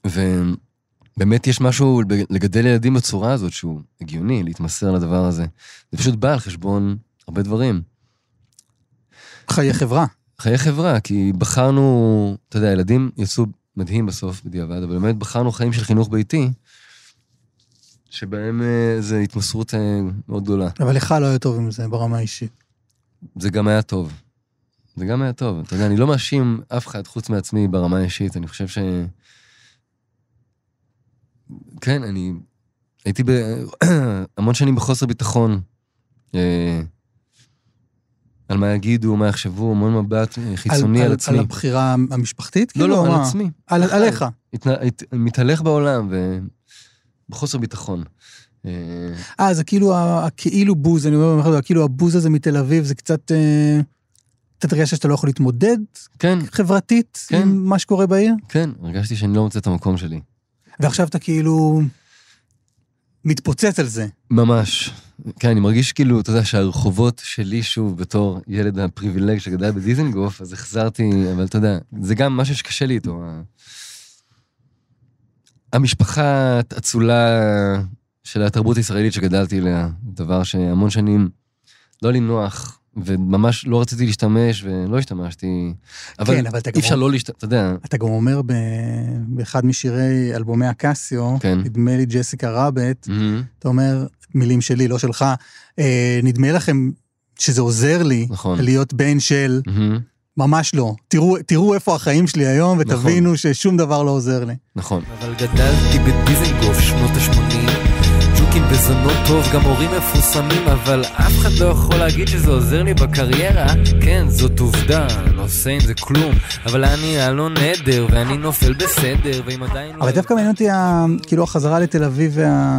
ובאמת יש משהו לגדל ילדים בצורה הזאת, שהוא הגיוני, להתמסר לדבר הזה. זה פשוט בא על חשבון הרבה דברים. חיי חברה. חיי חברה, כי בחרנו, אתה יודע, ילדים יצאו מדהים בסוף בדיעבד, אבל באמת בחרנו חיים של חינוך ביתי, שבהם זו התמסרות מאוד גדולה. אבל לך לא היה טוב עם זה ברמה האישית. זה גם היה טוב. זה גם היה טוב. אתה יודע, אני לא מאשים אף אחד חוץ מעצמי ברמה האישית. אני חושב כן, אני הייתי המון שנים בחוסר ביטחון. על מה יגידו, מה יחשבו, המון מבט חיצוני על עצמי. על הבחירה המשפחתית? לא, על עצמי. עליך. מתהלך בעולם ובחוסר ביטחון. זה כאילו בוז, אני אומר, כאילו הבוז הזה מתל אביב, זה קצת הרגשת שאתה לא יכול להתמודד חברתית עם מה שקורה בעיר? כן, הרגשתי שאני לא מוצא את המקום שלי. ועכשיו אתה כאילו מתפוצץ על זה. ממש. כן, אני מרגיש כאילו, אתה יודע, שהרחובות שלי שוב, בתור ילד הפריבילג שגדל בדיזנגוף, אז החזרתי, אבל אתה יודע, זה גם משהו שקשה לי איתו. המשפחה אצולה של התרבות הישראלית שגדלתי אליה, דבר שהמון שנים לא לי נוח, וממש לא רציתי להשתמש, ולא השתמשתי, אבל אי אפשר לא להשתמש, אתה יודע. אתה גם אומר באחד משירי אלבומי הקסיו, נדמה לי ג'סיקה רבט, אתה אומר, מילים שלי, לא שלך, נדמה לכם שזה עוזר לי להיות בן של, ממש לא. תראו איפה החיים שלי היום, ותבינו ששום דבר לא עוזר לי. נכון. אבל גדלתי בדיזנגוף שנות ה-80, ג'וקים בזונות טוב, גם הורים מפורסמים, אבל אף אחד לא יכול להגיד שזה עוזר לי בקריירה. כן, זאת עובדה, לא עושה עם זה כלום, אבל אני אלון עדר, ואני נופל בסדר, ואם עדיין לא... אבל דווקא מעניין אותי, כאילו החזרה לתל אביב,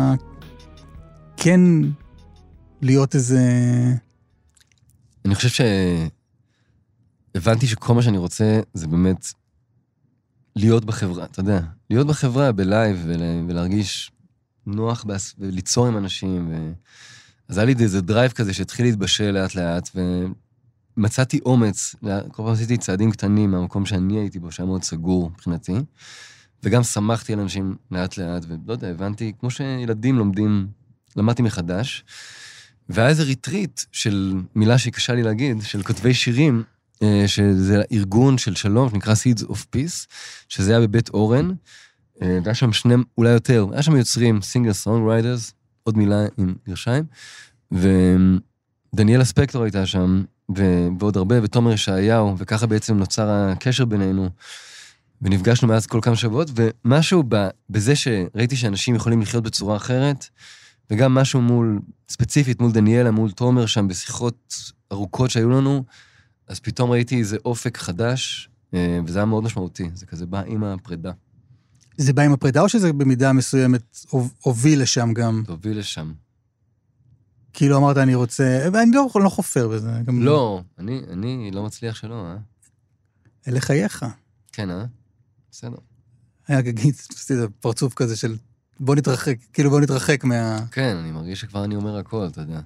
כן להיות איזה... אני חושב הבנתי שכל מה שאני רוצה זה באמת להיות בחברה, אתה יודע, להיות בחברה בלייב ולהרגיש נוח וליצור עם אנשים. אז היה לי איזה דרייב כזה שהתחיל להתבשל לאט לאט, ומצאתי אומץ, כל פעם עשיתי צעדים קטנים מהמקום שאני הייתי בו, שהיה מאוד סגור מבחינתי, וגם שמחתי על אנשים לאט לאט, ולא יודע, הבנתי, כמו שילדים לומדים, למדתי מחדש, והיה איזה ריטריט של מילה שהיא קשה לי להגיד, של כותבי שירים, שזה ארגון של שלום, שנקרא Seeds of Peace, שזה היה בבית אורן, והיה שם שני, אולי יותר, היה שם יוצרים, singer songwriters, עוד מילה עם גרשיים, ודניאלה ספקטור הייתה שם, ועוד הרבה, ותומר ישעיהו, וככה בעצם נוצר הקשר בינינו, ונפגשנו מאז כל כמה שבועות, ומשהו בזה שראיתי שאנשים יכולים לחיות בצורה אחרת, וגם משהו מול, ספציפית מול דניאלה, מול תומר שם, בשיחות ארוכות שהיו לנו, אז פתאום ראיתי איזה אופק חדש, וזה היה מאוד משמעותי, זה כזה בא עם הפרידה. זה בא עם הפרידה, או שזה במידה מסוימת הוביל לשם גם? הוביל לשם. כאילו אמרת, אני רוצה, אני לא חופר בזה. לא, אני לא מצליח שלא, אה? אלה חייך. כן, בסדר. היה גגית, זה פרצוף כזה של בוא נתרחק, כאילו בוא נתרחק מה... כן, אני מרגיש שכבר אני אומר הכל, אתה יודע.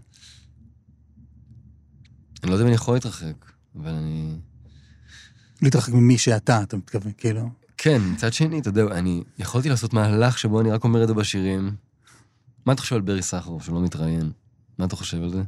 אני לא יודע אם אני יכול להתרחק, אבל אני... להתרחק ממי שאתה מתכוון, כאילו. כן, מצד שני, אתה יודע, אני יכולתי לעשות מהלך שבו אני רק אומר את זה בשירים. מה אתה חושב על ברי סחרוף, שהוא לא מתראיין? מה אתה חושב על זה?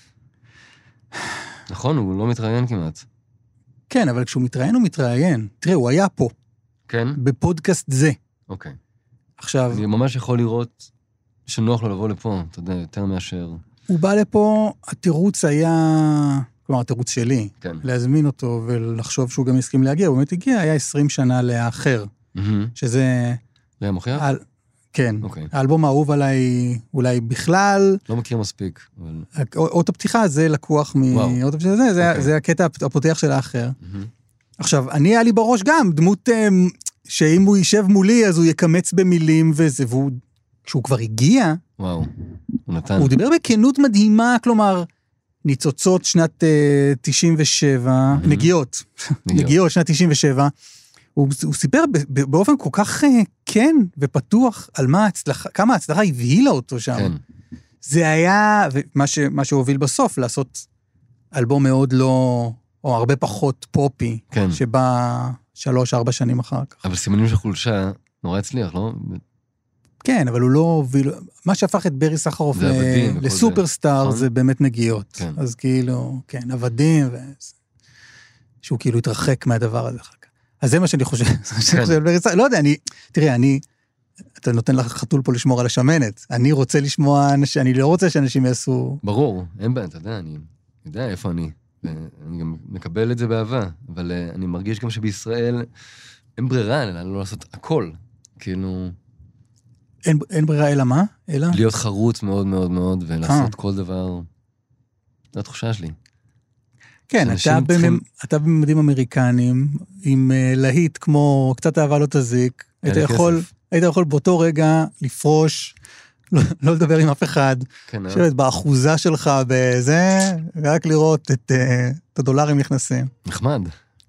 נכון, הוא לא מתראיין כמעט. כן, אבל כשהוא מתראיין, הוא מתראיין. תראה, הוא היה פה. כן? בפודקאסט זה. אוקיי. עכשיו... אני ממש יכול לראות שנוח לו לבוא לפה, אתה יודע, יותר מאשר... הוא בא לפה, התירוץ היה... כלומר, התירוץ שלי. כן. להזמין אותו ולחשוב שהוא גם הסכים להגיע. הוא באמת הגיע, היה 20 שנה לאחר. שזה... ראם מוכיח? כן. אוקיי. האלבום האהוב עליי, אולי בכלל... לא מכיר מספיק, אבל... אות הפתיחה זה לקוח מאות הפתיחה זה, זה הקטע הפותח של האחר. עכשיו, אני היה לי בראש גם דמות שאם הוא יישב מולי, אז הוא יקמץ במילים וזה, והוא, כשהוא כבר הגיע... וואו, הוא נתן. הוא דיבר בכנות מדהימה, כלומר, ניצוצות שנת 97, נגיעות שנת 97, הוא סיפר באופן כל כך כן ופתוח על כמה ההצלחה הבהילה אותו שם. כן. זה היה, מה שהוביל בסוף, לעשות אלבום מאוד לא, או הרבה פחות פופי, כן. שבא 3-4 שנים אחר כך. אבל סימנים של חולשה נורא הצליח, לא? כן, אבל הוא לא הוביל, מה שהפך את ברי סחרוף לסופרסטאר זה באמת נגיעות. כן. אז כאילו, כן, עבדים, שהוא כאילו התרחק מהדבר הזה אחר כך. אז זה מה שאני חושב, לא יודע, תראה, אתה נותן לך חתול פה לשמור על השמנת, אני רוצה לשמוע, אני לא רוצה שאנשים יעשו... ברור, אין בעיה, אתה יודע, אני יודע איפה אני, ואני גם מקבל את זה באהבה, אבל אני מרגיש גם שבישראל אין ברירה, אלא לא לעשות הכל, כאילו... אין ברירה אלא מה? אלא? להיות חרוץ מאוד מאוד מאוד, ולעשות כל דבר, זו התחושה שלי. כן, אתה בממדים אמריקנים, עם להיט כמו קצת אהבה לא תזיק, היית יכול באותו רגע לפרוש, לא לדבר עם אף אחד, לשבת באחוזה שלך בזה, ורק לראות את הדולרים נכנסים. נחמד.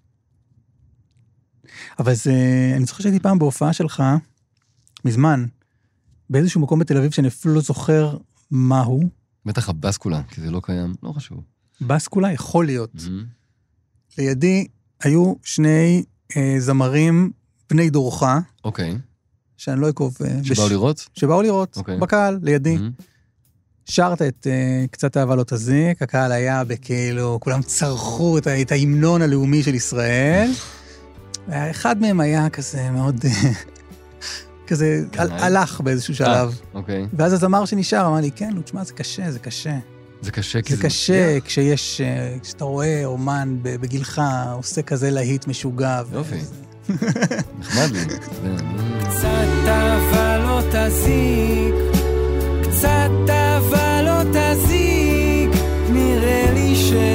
אבל אני זוכר שהייתי פעם בהופעה שלך, מזמן, באיזשהו מקום בתל אביב שאני אפילו לא זוכר מהו. בטח הבסקולה, כי זה לא קיים, לא חשוב. בסקולה יכול להיות. לידי היו שני זמרים בני דורך. אוקיי. שאני לא אקוב... שבאו לראות? שבאו לראות, בקהל, לידי. שרת את קצת אהבה לא תזיק, הקהל היה בכאילו, כולם צרחו את ההמנון הלאומי של ישראל. אחד מהם היה כזה מאוד... כזה הלך באיזשהו שלב. אוקיי. ואז הזמר שנשאר אמר לי, כן, תשמע, זה קשה, זה קשה. זה קשה כי זה קשה כשאתה רואה אומן בגילך עושה כזה להיט משוגע. יופי. נחמד לי. קצת אהבה לא תזיק, קצת אהבה לא תזיק, נראה לי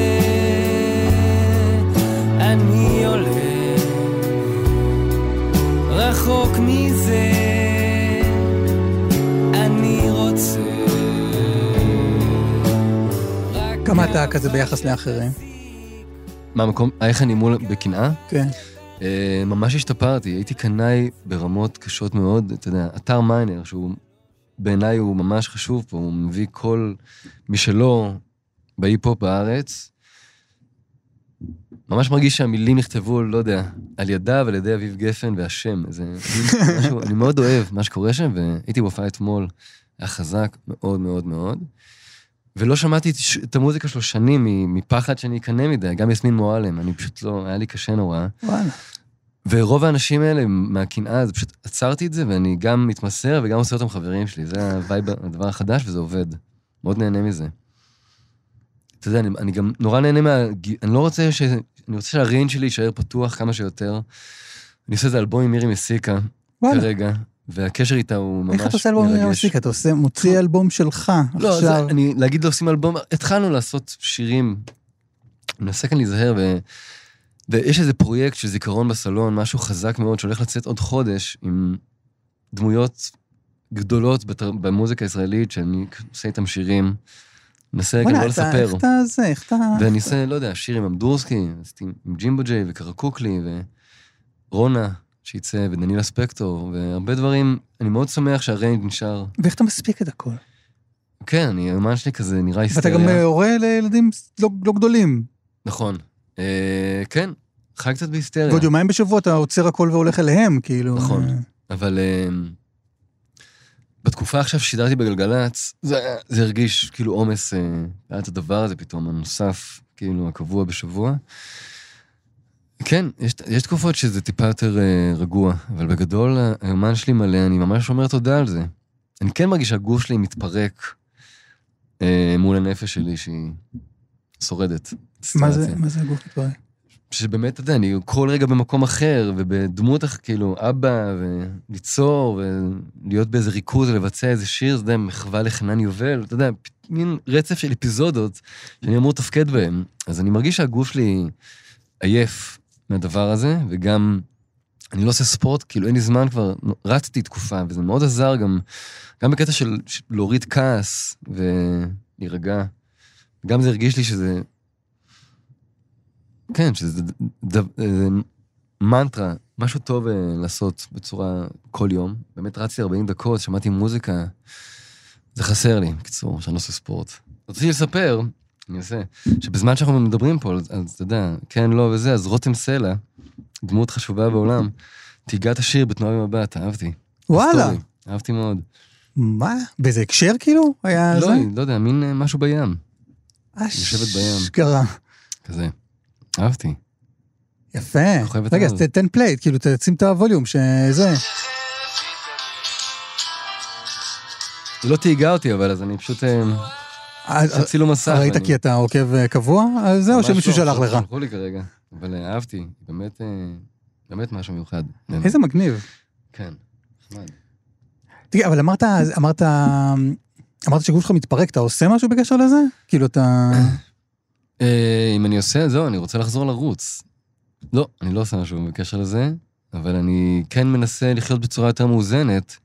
שאני הולך רחוק מזה, אני רוצה. כמה אתה כזה ביחס לאחרים? מה המקום? איך אני מול בקנאה? כן. ממש השתפרתי, הייתי קנאי ברמות קשות מאוד, אתה יודע, אתר מיינר, שהוא בעיניי הוא ממש חשוב פה, הוא מביא כל מי שלא בהיפ-הופ בארץ, ממש מרגיש שהמילים נכתבו, לא יודע, על ידה ועל ידי אביב גפן והשם. משהו, אני מאוד אוהב מה שקורה שם, והייתי בהופעה אתמול, היה חזק מאוד מאוד מאוד. ולא שמעתי את המוזיקה שלו שנים מפחד שאני אקנה מדי, גם יסמין מועלם, אני פשוט לא, היה לי קשה נורא. וואלה. ורוב האנשים האלה מהקנאה, אז פשוט עצרתי את זה, ואני גם מתמסר וגם עושה אותם חברים שלי. זה הווייב, הדבר החדש, וזה עובד. מאוד נהנה מזה. אתה יודע, אני גם נורא נהנה אני לא רוצה אני רוצה שהריין שלי יישאר פתוח כמה שיותר. אני עושה את זה אלבום עם מירי מסיקה, כרגע, והקשר איתה הוא ממש מרגש. איך אתה עושה אלבום עם מירי מסיקה? אתה מוציא אלבום שלך עכשיו? לא, להגיד לו עושים אלבום, התחלנו לעשות שירים, אני מנסה כאן להיזהר, ויש איזה פרויקט של זיכרון בסלון, משהו חזק מאוד, שהולך לצאת עוד חודש, עם דמויות גדולות במוזיקה הישראלית, שאני עושה איתם שירים, ננסה גם לא לספר. איך אתה... ואני עושה, לא יודע, שיר עם אמדורסקי, עם ג'ימבו ג'יי וקרקוקלי, ורונה שיצא, ודנילה ספקטור, והרבה דברים, אני מאוד שמח שהריינג נשאר. ואיך אתה מספיק את הכל? כן, האמן שלי כזה נראה היסטריה. ואתה גם הורה לילדים לא גדולים. נכון. כן, חי קצת בהיסטריה. ועוד יומיים בשבוע אתה עוצר הכל והולך אליהם, כאילו. נכון, אבל בתקופה עכשיו ששידרתי בגלגלץ, זה הרגיש כאילו עומס, היה את הדבר הזה פתאום, הנוסף, כאילו הקבוע בשבוע. כן, יש תקופות שזה טיפה יותר רגוע, אבל בגדול היומן שלי מלא, אני ממש אומר תודה על זה. אני כן מרגיש שהגוף שלי מתפרק מול הנפש שלי, שהיא שורדת. מה זה הגוף מתפרק? שבאמת, אתה יודע, אני כל רגע במקום אחר, ובדמות, כאילו, אבא, וליצור, ולהיות באיזה ריכוז, לבצע איזה שיר, אתה יודע, מחווה לחנן יובל, אתה יודע, מין רצף של אפיזודות, שאני אמור תפקד בהם. אז אני מרגיש שהגוף שלי עייף מהדבר הזה, וגם, אני לא עושה ספורט, כאילו, אין לי זמן כבר, רצתי תקופה, וזה מאוד עזר גם בקטע של להוריד כעס, ולהירגע. גם זה הרגיש לי שזה, כן, שזה מנטרה, משהו טוב לעשות בצורה כל יום. באמת רצתי 40 דקות, שמעתי מוזיקה, זה חסר לי, בקיצור, שאני לא עושה ספורט. רציתי לספר, אני עושה, שבזמן שאנחנו מדברים פה, אז אתה יודע, כן, לא וזה, אז רותם סלע, דמות חשובה בעולם, תיגע את השיר בתנועה במבט, אהבתי. וואלה. אהבתי מאוד. מה? באיזה הקשר כאילו? היה לא, זה? לא יודע, מין משהו בים. יושבת בים. אשכרה. כזה. אהבתי. יפה. רגע, אז תן פלייט, כאילו תשים את הווליום שזה. היא לא תהיגה אותי, אבל אז אני פשוט צילום מסך. ראית כי אתה עוקב קבוע? אז זהו שמישהו שלח לך. שלחו לי כרגע, אבל אהבתי. באמת משהו מיוחד. איזה מגניב. כן, נחמד. תגיד, אבל אמרת שגוף שלך מתפרק, אתה עושה משהו בקשר לזה? כאילו אתה... אם אני עושה, זהו, אני רוצה לחזור לרוץ. לא, אני לא עושה משהו בקשר לזה, אבל אני כן מנסה לחיות בצורה יותר מאוזנת,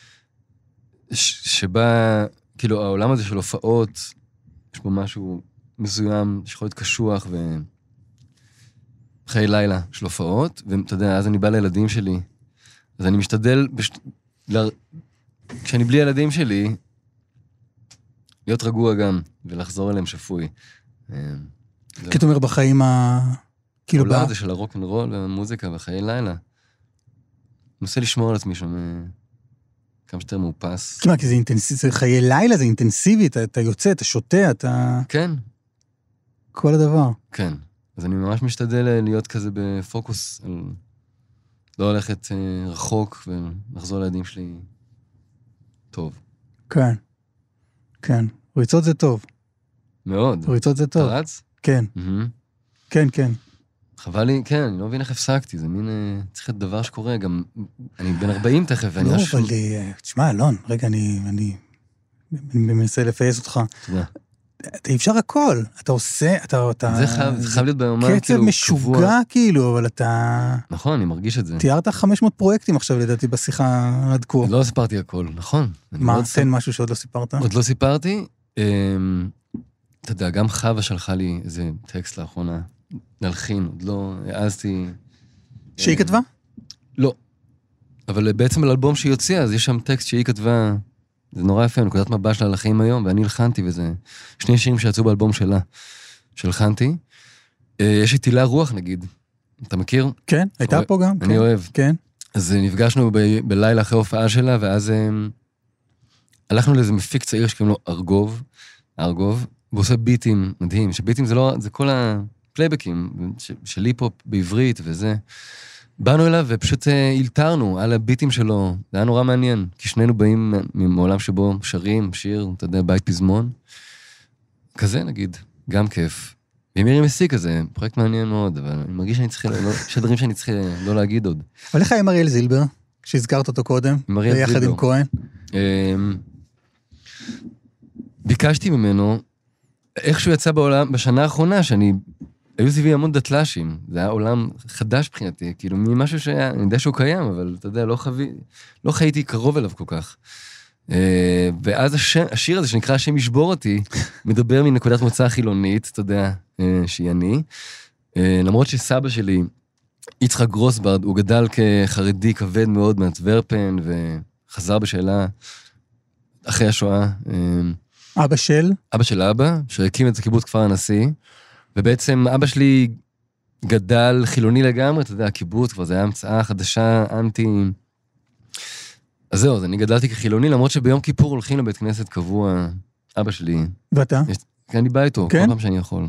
שבה, כאילו, העולם הזה של הופעות, יש בו משהו מסוים, שיכול להיות קשוח חיי לילה של הופעות, ואתה יודע, אז אני בא לילדים שלי, אז אני משתדל, כשאני בלי ילדים שלי, להיות רגוע גם, ולחזור אליהם שפוי. כי אתה אומר בחיים כאילו העולם הזה של הרוק ונרול והמוזיקה וחיי לילה. אני מנסה לשמור על עצמי שם כמה שיותר מאופס. כמעט, כי זה חיי לילה, זה אינטנסיבי, אתה יוצא, אתה שותה, אתה... כן. כל הדבר. כן. אז אני ממש משתדל להיות כזה בפוקוס, לא ללכת רחוק ולחזור לילדים שלי טוב. כן. כן. ריצות זה טוב. מאוד. ריצות זה טוב. אתה רץ? כן. כן, כן. חבל לי, כן, אני לא מבין איך הפסקתי, זה מין, צריך להיות דבר שקורה, גם, אני בן 40 תכף, ואני לא, אבל, תשמע, אלון, רגע, אני מנסה לפייס אותך. תודה. אי אפשר הכל, אתה עושה, זה חייב להיות ביומן, כאילו, קצב משוגע, כאילו, אבל אתה... נכון, אני מרגיש את זה. תיארת 500 פרויקטים עכשיו, לדעתי, בשיחה עד כה. לא סיפרתי הכל, נכון. מה, תן משהו שעוד לא סיפרת? עוד לא סיפרתי, אתה יודע, גם חווה שלחה לי איזה טקסט לאחרונה, נלחין, עוד לא העזתי... שהיא כתבה? לא. אבל בעצם על אלבום שהיא הוציאה, אז יש שם טקסט שהיא כתבה, זה נורא יפה, נקודת מבט שלה לחיים היום, ואני הלחנתי, וזה 2 שירים שיצאו באלבום שלה, שהלחנתי, יש את הילה רוח, נגיד. אתה מכיר? כן, הייתה פה גם. אני אוהב. כן. אז נפגשנו בלילה אחרי הופעה שלה, ואז הלכנו לאיזה מפיק צעיר שקוראים לו ארגוב, והוא עושה ביטים מדהים, שביטים זה כל הפלייבקים של היפ-הופ בעברית וזה. באנו אליו ופשוט הילתרנו על הביטים שלו, זה היה נורא מעניין, כי שנינו באים מעולם שבו שרים, שיר, אתה יודע, בית פזמון, כזה נגיד, גם כיף. ומירי מסיק הזה, פרויקט מעניין מאוד, אבל אני מרגיש שאני צריך, יש דברים שאני צריך לא להגיד עוד. אבל איך היה עם אריאל זילבר, שהזכרת אותו קודם, ביחד עם כהן? ביקשתי ממנו, איכשהו יצא בעולם, בשנה האחרונה, היו סביבי המון דתל"שים, זה היה עולם חדש מבחינתי, כאילו ממשהו שהיה, אני יודע שהוא קיים, אבל אתה יודע, לא חייתי קרוב אליו כל כך. ואז השיר הזה שנקרא השם ישבור אותי, מדבר מנקודת מוצא חילונית, אתה יודע, שהיא אני. למרות שסבא שלי, יצחק גרוסברד, הוא גדל כחרדי כבד מאוד מאנטוורפן, וחזר בשאלה אחרי השואה. אבא של? אבא של אבא, שהקים את קיבוץ כפר הנשיא, ובעצם אבא שלי גדל חילוני לגמרי, אתה יודע, הקיבוץ כבר זה היה המצאה חדשה, אנטי... אז זהו, אז אני גדלתי כחילוני, למרות שביום כיפור הולכים לבית כנסת קבוע, אבא שלי. ואתה? אני בא איתו, כל פעם שאני יכול.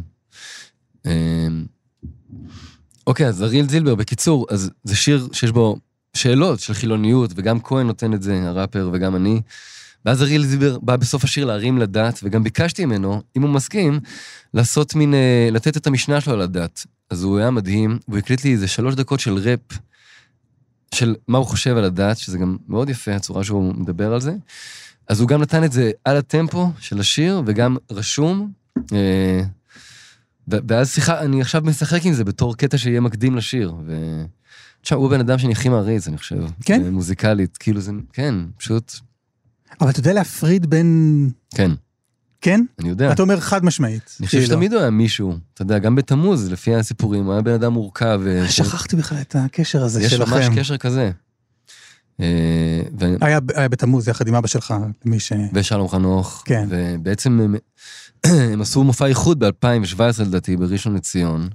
אוקיי, אז אריאל זילבר, בקיצור, אז זה שיר שיש בו שאלות של חילוניות, וגם כהן נותן את זה, הראפר וגם אני. ואז אריאל זילבר בא בסוף השיר להרים לדת, וגם ביקשתי ממנו, אם הוא מסכים, לעשות מין, לתת את המשנה שלו על הדת. אז הוא היה מדהים, והוא הקליט לי איזה 3 דקות של ראפ, של מה הוא חושב על הדת, שזה גם מאוד יפה, הצורה שהוא מדבר על זה. אז הוא גם נתן את זה על הטמפו של השיר, וגם רשום, ואז שיחה, אני עכשיו משחק עם זה בתור קטע שיהיה מקדים לשיר, תשמע, הוא בן אדם שאני הכי מעריץ, אני חושב. כן? מוזיקלית, כאילו זה, כן, פשוט... אבל אתה יודע להפריד בין... כן. כן? אני יודע. אתה אומר חד משמעית. אני חושב שתמיד הוא היה מישהו, אתה יודע, גם בתמוז, לפי הסיפורים, הוא היה בן אדם מורכב. שכחתי בכלל את הקשר הזה שלכם. יש ממש קשר כזה. היה בתמוז יחד עם אבא שלך, למי ש... ושלום חנוך. כן. ובעצם הם עשו מופע איחוד ב-2017 לדעתי, בראשון לציון.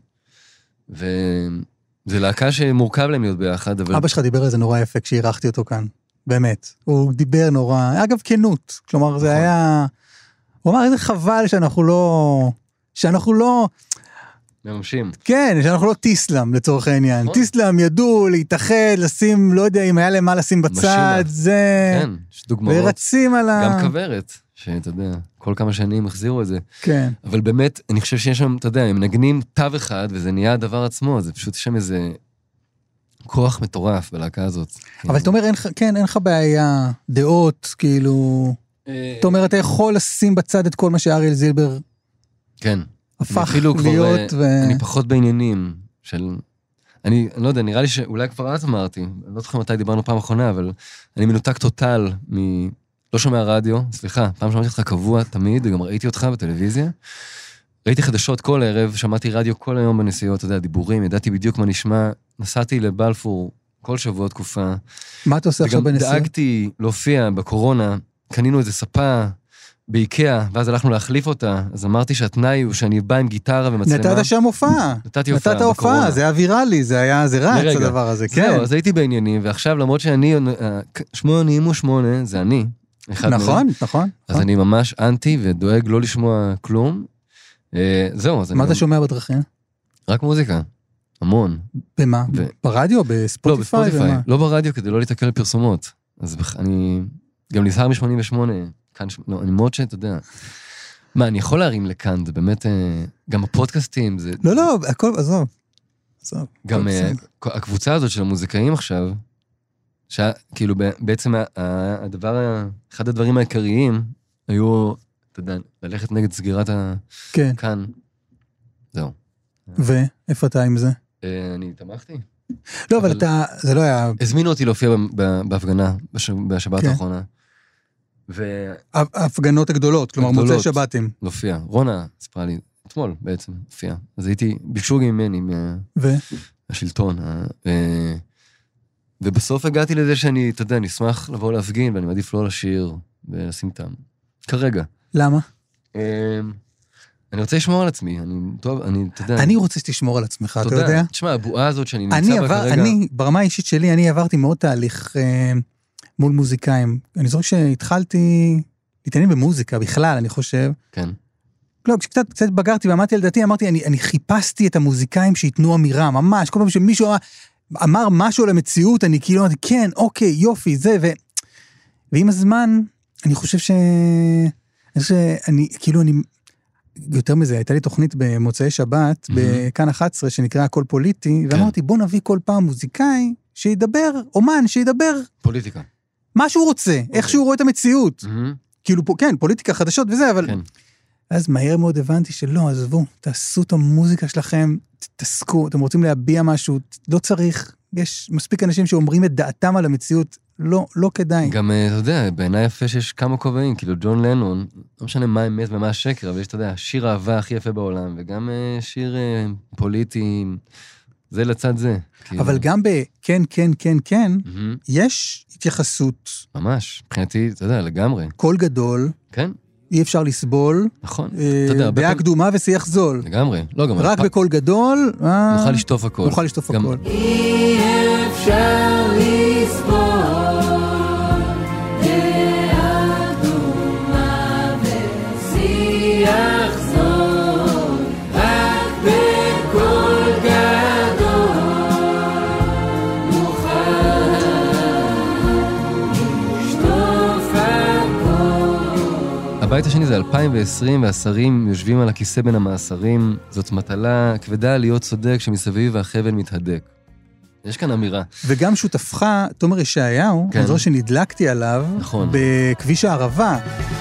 וזה להקה שמורכב להם להיות ביחד, אבל... אבא שלך דיבר על זה נורא יפה כשהירחתי אותו כאן. באמת. הוא דיבר נורא, אגב כנות. כלומר, זה היה... הוא אמר, איזה חבל שאנחנו לא... ממשים. כן, שאנחנו לא טיסלם לצורך העניין. טיסלם ידעו להתאחד, לשים, לא יודע אם היה להם מה לשים בצד, זה... כן, יש דוגמאות. ורצים על ה... גם כברת, שאתה יודע, כל כמה שנים החזירו את זה. כן. אבל באמת, אני חושב שיש שם, אתה יודע, הם מנגנים תו אחד, וזה נהיה הדבר עצמו, זה פשוט שם איזה כוח מטורף בלהקה הזאת. אבל אתה אומר, כן, אין לך בעיה, דעות, כאילו... אתה אומר, אתה יכול לשים בצד את כל מה שאריאל זילבר כן. הפך להיות אני פחות בעניינים של... אני לא יודע, נראה לי שאולי כבר אז אמרתי, אני לא זוכר מתי דיברנו פעם אחרונה, אבל אני מנותק טוטל לא שומע רדיו, סליחה, פעם שמעתי אותך קבוע תמיד, וגם ראיתי אותך בטלוויזיה. ראיתי חדשות כל ערב, שמעתי רדיו כל היום בנסיעות, אתה יודע, דיבורים, ידעתי בדיוק מה נשמע, נסעתי לבלפור כל שבוע תקופה. מה אתה עושה עכשיו בנסיעות? וגם דאגתי להופיע בקורונה, קנינו איזה ספה באיקאה, ואז הלכנו להחליף אותה, אז אמרתי שהתנאי הוא שאני בא עם גיטרה ומצלמה. נתת שם הופעה. נתתי הופעה בקורונה. הופעה, זה היה ויראלי, זה רץ הדבר הזה, כן. זהו, אז הייתי בעניינים, ועכשיו למרות שאני, 8 זה אני. נכון. אז אני ממש אנטי ודואג לא לשמוע כלום. זהו, אז אני... מה אתה שומע בדרכים? רק מוזיקה. המון. במה? ברדיו? בספוטיפיי? לא, בספוטיפיי. לא ברדיו כדי לא להתעכל לפרסומות. אז אני גם נזהר מ-88, לא, אני מאוד שאתה יודע. מה, אני יכול להרים לכאן, זה באמת, גם הפודקאסטים, זה... לא, הכל, עזוב. גם הקבוצה הזאת של המוזיקאים עכשיו, כאילו בעצם אחד הדברים העיקריים, היו, אתה יודע, ללכת נגד סגירת כאן. זהו. ואיפה אתה עם זה? אני תמכתי. לא, אבל אתה, זה לא היה... הזמינו אותי להופיע בהפגנה, בשבת האחרונה. ההפגנות הגדולות, כלומר מוצאי שבתים. להופיע. רונה סיפרה לי, אתמול בעצם, הופיע. אז הייתי, ביקשו גם ממני, מהשלטון. ובסוף הגעתי לזה שאני, אתה יודע, נשמח לבוא להפגין, ואני מעדיף לא לשיר ולשים טעם. כרגע. למה? אני רוצה לשמור על עצמי, אתה יודע. אני רוצה שתשמור על עצמך, אתה יודע? תשמע, הבועה הזאת שאני נמצא בה כרגע... ברמה האישית שלי, אני עברתי מאוד תהליך מול מוזיקאים. אני זוכר שהתחלתי להתעניין במוזיקה בכלל, אני חושב. כן. לא, כשקצת בגרתי ועמדתי על דעתי, אמרתי, אני חיפשתי את המוזיקאים שיתנו אמירה, ממש, כל פעם שמישהו אמר משהו למציאות, אני כאילו אמרתי, כן, אוקיי, יופי, זה, ועם הזמן, אני חושב שאני, כאילו, יותר מזה, הייתה לי תוכנית במוצאי שבת, בכאן 11, שנקרא הכל פוליטי, ואמרתי, בוא נביא כל פעם מוזיקאי, שידבר, אומן, שידבר. פוליטיקה. מה שהוא רוצה, איך שהוא רואה את המציאות. כאילו, כן, פוליטיקה חדשות וזה, אבל... אז מהר מאוד הבנתי שלא, עזבו, תעשו את המוזיקה שלכם, תתעסקו, אתם רוצים להביע משהו, לא צריך, יש מספיק אנשים שאומרים את דעתם על המציאות, לא כדאי. גם, אתה יודע, בעיניי יפה שיש כמה כובעים, כאילו ג'ון לנון, לא משנה מה האמת ומה השקר, אבל יש, אתה יודע, שיר האהבה הכי יפה בעולם, וגם שיר פוליטי, זה לצד זה. אבל גם בכן, כן, כן, כן, יש התייחסות. ממש, מבחינתי, אתה יודע, לגמרי. קול גדול. כן. אי אפשר לסבול. נכון. דעה קדומה ושיח זול. לגמרי. רק בקול גדול. נוכל לשטוף הכל. נוכל לשטוף הכל. אי אפשר לסבול. דעה קדומה ושיח זול. רק בקול גדול. נוכל לשטוף הכל. הבית השני זה 2020, והשרים יושבים על הכיסא בין המאסרים. זאת מטלה כבדה להיות צודק שמסביב והחבל מתהדק. יש כאן אמירה. וגם שותפך, תומר ישעיהו, כן. זו שנדלקתי עליו, נכון. בכביש הערבה.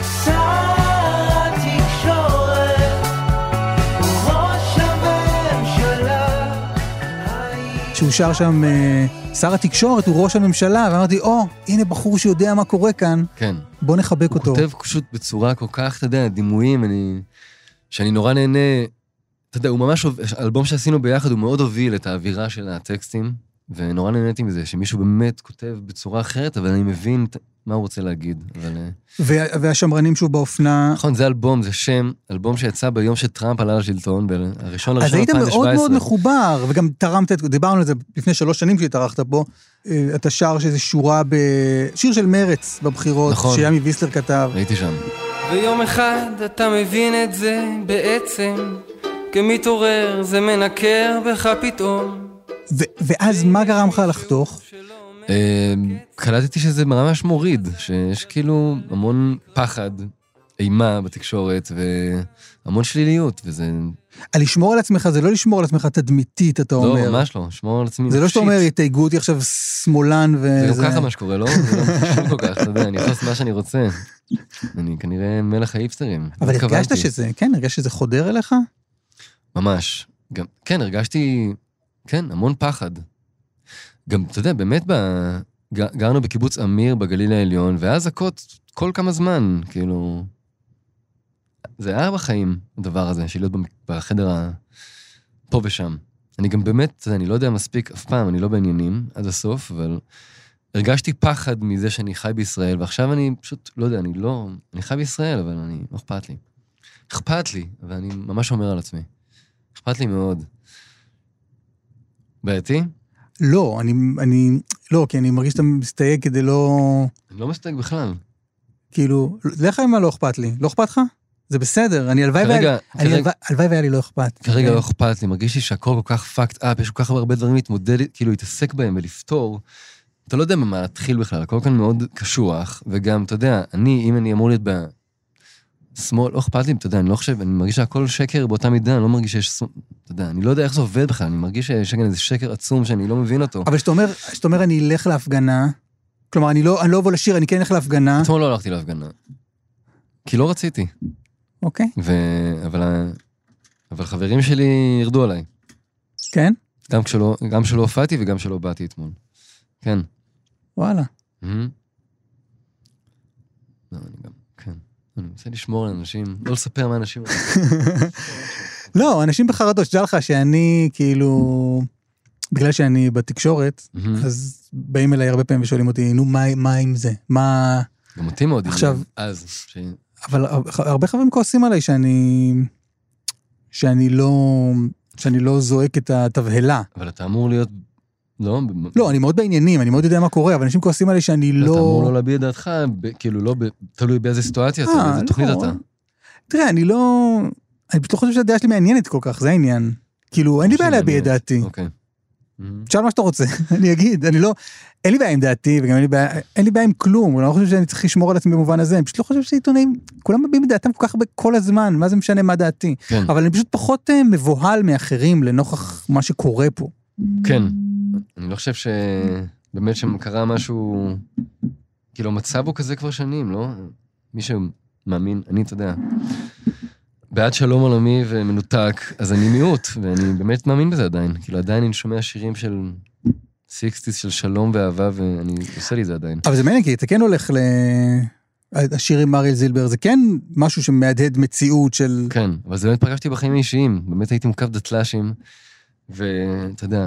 שהוא שר שם, שר התקשורת הוא ראש הממשלה, ואמרתי, הנה בחור שיודע מה קורה כאן, כן. בוא נחבק אותו. הוא כותב פשוט בצורה כל כך, אתה יודע, דימויים, שאני נורא נהנה, אתה יודע, הוא ממש, האלבום שעשינו ביחד, הוא מאוד הוביל את האווירה של הטקסטים, ונורא נהניתי מזה, שמישהו באמת כותב בצורה אחרת, אבל אני מבין מה הוא רוצה להגיד. והשמרנים שהוא באופנה... נכון, זה אלבום, זה שם, אלבום שיצא ביום שטראמפ עלה לשלטון, הראשון אז היית 2017. מאוד מאוד מחובר, וגם תרמת, דיברנו על זה לפני 3 שנים שהתארחת פה, אתה שר שזה שורה שיר של מרץ בבחירות, נכון. שימי ויסלר כתב. הייתי שם. ויום אחד אתה מבין את זה בעצם, כמתעורר זה מנקר בך פתאום. ואז מה גרם לך לחתוך? קלטתי שזה ממש מוריד, שיש כאילו המון פחד, אימה בתקשורת, והמון שליליות, וזה... לשמור על עצמך, זה לא לשמור על עצמך תדמיתית, אתה אומר. לא, ממש לא, לשמור על עצמי נפשית. זה לא שאתה אומר, יתייגו אותי עכשיו שמאלן וזה... זה גם ככה מה שקורה, לא? זה לא חשוב כל כך, אתה יודע, אני יכול לעשות מה שאני רוצה. אני כנראה מלך האיפסטרים. אבל הרגשת שזה, כן, הרגשת שזה חודר אליך? ממש. כן, הרגשתי, כן, המון פחד. גם, אתה יודע, באמת גרנו בקיבוץ אמיר בגליל העליון, ואז כל כמה זמן, כאילו... זה היה בחיים, הדבר הזה, של להיות בחדר פה ושם. אני גם באמת, אני לא יודע מספיק אף פעם, אני לא בעניינים עד הסוף, אבל הרגשתי פחד מזה שאני חי בישראל, ועכשיו אני פשוט, לא יודע, אני חי בישראל, אבל לא אכפת לי. אכפת לי, אבל אני ממש אומר על עצמי. אכפת לי מאוד. בעייתי? לא, לא, כי אני מרגיש שאתה מסתייג כדי לא... אני לא מסתייג בכלל. כאילו, לך עם מה לא אכפת לי? לא אכפת לך? זה בסדר, הלוואי והיה לי לא אכפת. כרגע לא אכפת לי, מרגיש לי שהכל כל כך פאקט אפ, יש כל כך הרבה דברים להתמודד, כאילו להתעסק בהם ולפתור. אתה לא יודע מה להתחיל בכלל, הכל כאן מאוד קשוח, וגם, אתה יודע, אם אני אמור להיות בשמאל, לא אכפת לי, אתה יודע, אני לא חושב, אני מרגיש שהכל שקר באותה מידה, אני לא מרגיש שיש, אתה יודע, אני לא יודע איך זה עובד בכלל, אני מרגיש שיש איזה שקר עצום שאני לא מבין אותו. אבל שאתה אומר, אני אלך להפגנה, כלומר, אני לא אבוא לשיר, אני כן אלך להפגנה. אתמול לא הלכתי להפגנה. כי לא רציתי. אוקיי. אבל חברים שלי ירדו עליי. כן? גם שלא הופעתי וגם שלא באתי אתמול. כן. וואלה. לא, אני גם, כן. אני רוצה לשמור על אנשים, לא לספר מה אנשים... לא, אנשים בחרדות, שתדע לך שאני כאילו... בגלל שאני בתקשורת, אז באים אליי הרבה פעמים ושואלים אותי, נו, מה עם זה? מה... גם אותי מאוד. עכשיו... אז... אבל הרבה חברים כועסים עליי שאני שאני לא זועק את התבהלה. אבל אתה אמור להיות... לא, אני מאוד בעניינים, אני מאוד יודע מה קורה, אבל אנשים כועסים עלי שאני לא... אתה אמור לא להביע דעתך, כאילו לא תלוי באיזה סיטואציה אתה, באיזה תוכנית אתה. תראה, אני פשוט לא חושב שהדעה שלי מעניינת כל כך, זה העניין. כאילו, אין לי בעיה להביע את דעתי. אוקיי. תשאל מה שאתה רוצה, אני אגיד, אין לי בעיה עם דעתי, וגם אין לי בעיה עם כלום, אני לא חושב שאני צריך לשמור על עצמי במובן הזה, אני פשוט לא חושב שעיתונאים, כולם מביעים דעתם כל כך כל הזמן, מה זה משנה מה דעתי? אבל אני פשוט פחות מבוהל מאחרים לנוכח מה שקורה פה. כן, אני לא חושב שבאמת שקרה משהו, כאילו מצב הוא כזה כבר שנים, לא? מי שמאמין, אתה יודע, בעד שלום עולמי ומנותק, אז אני מיעוט, ואני באמת מאמין בזה עדיין. כאילו עדיין אני שומע שירים של 60s של שלום ואהבה, ואני עושה לי את זה עדיין. אבל זה מעניין, כי אתה כן הולך השיר עם אריאל זילבר, זה כן משהו שמהדהד מציאות של... כן, אבל זה באמת פגשתי בחיים האישיים, באמת הייתי מוקף דתל"שים, ואתה יודע,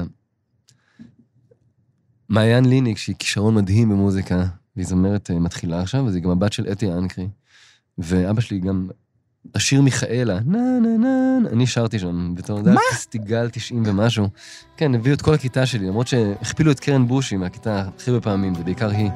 מעיין ליניק, שהיא כישרון מדהים במוזיקה, והיא זמרת מתחילה עכשיו, אז היא גם הבת של אתי אנקרי, ואבא שלי גם... השיר מיכאלה, אני שרתי שם, בתור דעת סטיגל 90 ומשהו. כן, הביאו את כל הכיתה שלי, למרות שהכפילו את קרן בושי מהכיתה הכי בפעמים, ובעיקר היא.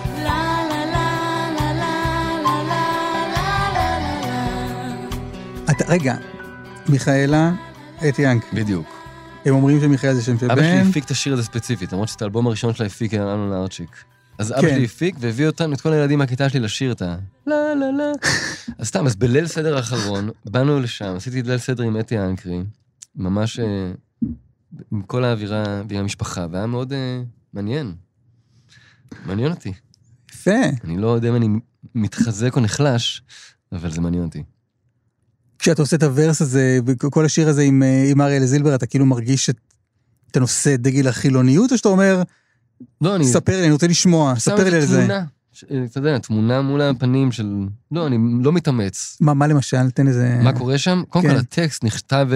רגע, מיכאלה, אתי אנק. בדיוק. הם אומרים שמיכאלה זה שם של בן. אבא שלי הפיק את השיר הזה ספציפית, למרות שאת האלבום הראשון שלה הפיק אלון לארצ'יק. אז אבא שלי הפיק והביא אותם, את כל הילדים מהכיתה שלי לשיר את ה... אז סתם, אז בליל סדר האחרון, באנו לשם, עשיתי ליל סדר עם אתי אנקרי, ממש עם כל האווירה ועם המשפחה, והיה מאוד מעניין. מעניין אותי. יפה. אני לא יודע אם אני מתחזק או נחלש, אבל זה מעניין אותי. כשאתה עושה את הוורס הזה, וכל השיר הזה עם אריאל זילבר, אתה כאילו מרגיש שאתה נושא דגל החילוניות, או שאתה אומר... לא, ספר לי, אני רוצה לשמוע, ספר לי על זה. אתה יודע, תמונה מול הפנים של... לא, אני לא מתאמץ. מה למשל? תן איזה... מה קורה שם? קודם כל, הטקסט נכתב...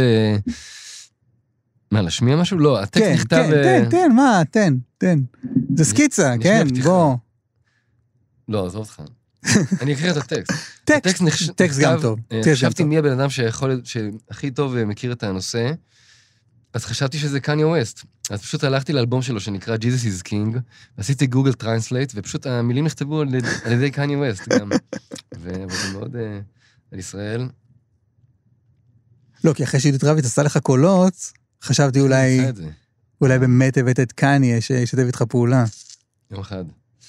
מה, להשמיע משהו? לא, הטקסט נכתב... תן. זה סקיצה, כן, בוא. לא, עזוב אותך. אני אקריא את הטקסט. טקסט גם טוב. חשבתי מי הבן אדם שהכי טוב מכיר את הנושא, אז חשבתי שזה קניה ווסט. אז פשוט הלכתי לאלבום שלו שנקרא Jesus is King, ועשיתי גוגל טרנסלייט, ופשוט המילים נכתבו על ידי קניה ווסט גם. וזה מאוד על ישראל. לא, כי אחרי שעידית רביץ עשה לך קולות, חשבתי אולי באמת הבאת את קניה שישתף איתך פעולה. יום אחד.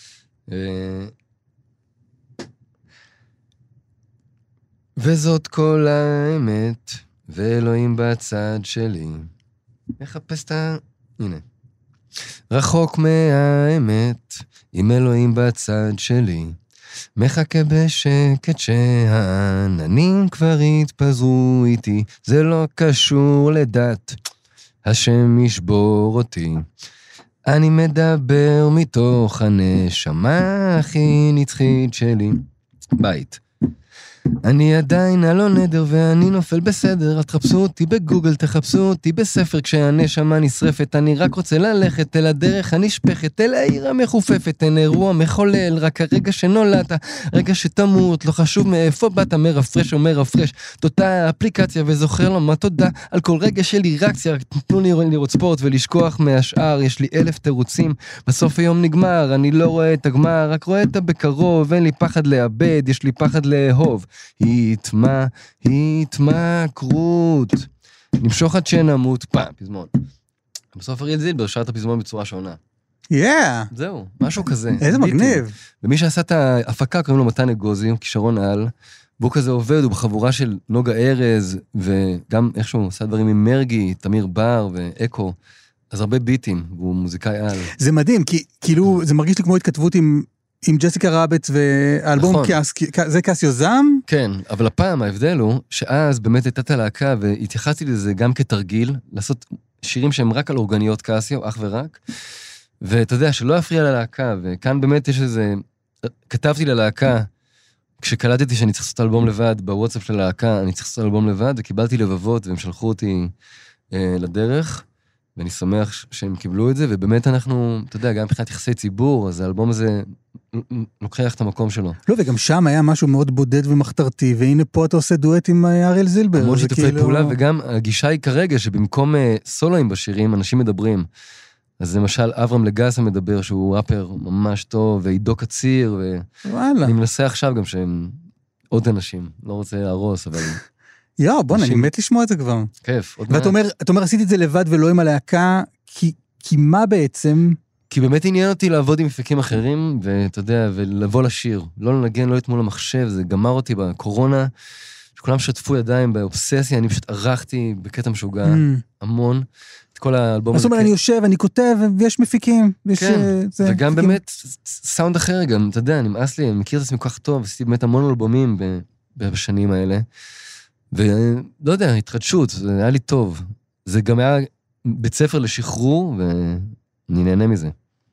וזאת כל האמת, ואלוהים בצד שלי. מחפש את ה... הנה. רחוק מהאמת, עם אלוהים בצד שלי. מחכה בשקט שהעננים כבר התפזרו איתי. זה לא קשור לדת, השם ישבור אותי. אני מדבר מתוך הנשמה הכי נצחית שלי. בית. אני עדיין אלון נדר ואני נופל בסדר, אז תחפשו אותי בגוגל, תחפשו אותי בספר, כשהנשמה נשרפת, אני רק רוצה ללכת אל הדרך הנשפכת, אל העיר המחופפת, אין אירוע מחולל, רק הרגע שנולדת, רגע שתמות, לא חשוב מאיפה באת, מרפרש או מרפרש, תודה האפליקציה וזוכר לו מה תודה, על כל רגע של אירקציה, תנו לי לראות ספורט ולשכוח מהשאר, יש לי 1000 תירוצים, בסוף היום נגמר, אני לא רואה את הגמר, רק רואה את הבקרוב, אין לי פחד לאבד, יש לי פחד לאהוב. התמכרות. נמשוך עד שנמות. פזמון. בסוף אריאל זילבר שר את הפזמון בצורה שונה. זהו, משהו כזה. איזה מגניב. ומי שעשה את ההפקה קוראים לו מתן אגוזי, הוא כישרון על, והוא כזה עובד, הוא בחבורה של נוגה ארז, וגם איכשהו עשה דברים עם מרגי, תמיר בר ואקו, אז הרבה ביטים, והוא מוזיקאי על. זה מדהים, כי כאילו זה מרגיש לי כמו התכתבות עם ג'סיקה רבץ והאלבום זה קאס יוזם? כן, אבל הפעם ההבדל הוא שאז באמת הייתה את הלהקה והתייחסתי לזה גם כתרגיל, לעשות שירים שהם רק על אורגניות קאסיה או אך ורק, ואתה יודע שלא יפריע ללהקה, וכאן באמת יש איזה, כתבתי ללהקה, כשקלטתי שאני צריך לעשות אלבום לבד בוואטסאפ של הלהקה, אני צריך לעשות אלבום לבד, וקיבלתי לבבות והם שלחו אותי לדרך, ואני שמח שהם קיבלו את זה, ובאמת אנחנו, אתה יודע, גם מבחינת יחסי ציבור, אז האלבום הזה לוקח את המקום שלו. לא, וגם שם היה משהו מאוד בודד ומחתרתי, והנה פה אתה עושה דואט עם אריאל זילבר. המון שיתופי פעולה, וגם הגישה היא כרגע, שבמקום סולואים בשירים, אנשים מדברים. אז למשל, אברהם לגסה מדבר, שהוא ראפר ממש טוב, ועידו קציר, ואני מנסה עכשיו גם שהם עוד אנשים, לא רוצה להרוס, אבל... בוא'נה, אני מת לשמוע את זה כבר. כיף. ואתה אומר, עשיתי את זה לבד ולא עם הלהקה, כי מה בעצם... כי באמת עניין אותי לעבוד עם מפיקים אחרים, ואתה יודע, ולבוא לשיר. לא לנגן, לא לתמול למחשב, זה גמר אותי בקורונה, שכולם שתפו ידיים באובססיה, אני פשוט ערכתי בקטע משוגע המון, את כל האלבום הזה. זאת אומרת, אני יושב, אני כותב, ויש מפיקים. כן, וגם באמת סאונד אחר גם, אתה יודע, נמאס לי, אני מכיר את עצמי כל כך טוב, עשיתי באמת המון אלבומים בשנים האלה, ולא יודע, התחדשות, זה היה לי טוב. זה גם היה בית ספר לשחרור, ואני נהנה מזה.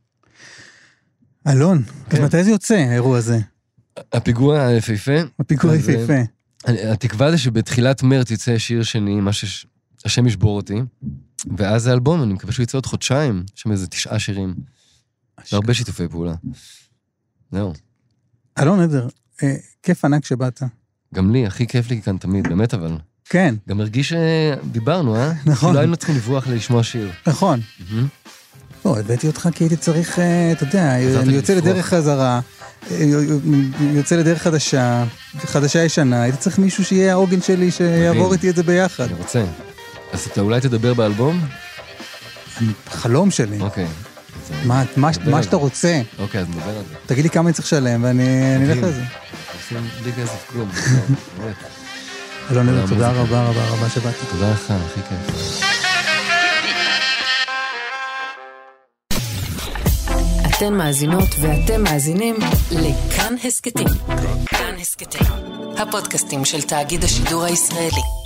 אלון, אז מתי זה יוצא, האירוע הזה? הפיגוע היפהפה. הפיגוע היפהפה. התקווה זה שבתחילת מרץ יצא שיר שני, מה שהשם ישבור אותי, ואז זה אלבום, אני מקווה שהוא יצא עוד חודשיים, יש שם איזה 9 שירים. והרבה שיתופי פעולה. זהו. אלון עדר, כיף ענק שבאת. גם לי, הכי כיף לי כאן תמיד, באמת אבל. כן. גם הרגיש שדיברנו, נכון. לא היינו צריכים לברוח לשמוע שיר. נכון. לא, הבאתי אותך כי הייתי צריך, אתה יודע, אני יוצא לדרך חזרה, יוצא לדרך חדשה ישנה, הייתי צריך מישהו שיהיה העוגן שלי, שיעבור איתי את זה ביחד. אני רוצה. אז אתה אולי תדבר באלבום? חלום שלי. אוקיי. מה שאתה רוצה. אוקיי, אז נדבר על זה. תגיד לי כמה אני צריך לשלם, ואני אלך לזה. עושים בלי כסף כלום. אלון, תודה רבה שבאת. תודה לך, הכי כיף. אתן מאזינות ואתם מאזינים לכאן הסקטים. כאן הסקטים, הפודקאסטים של תאגיד השידור הישראלי.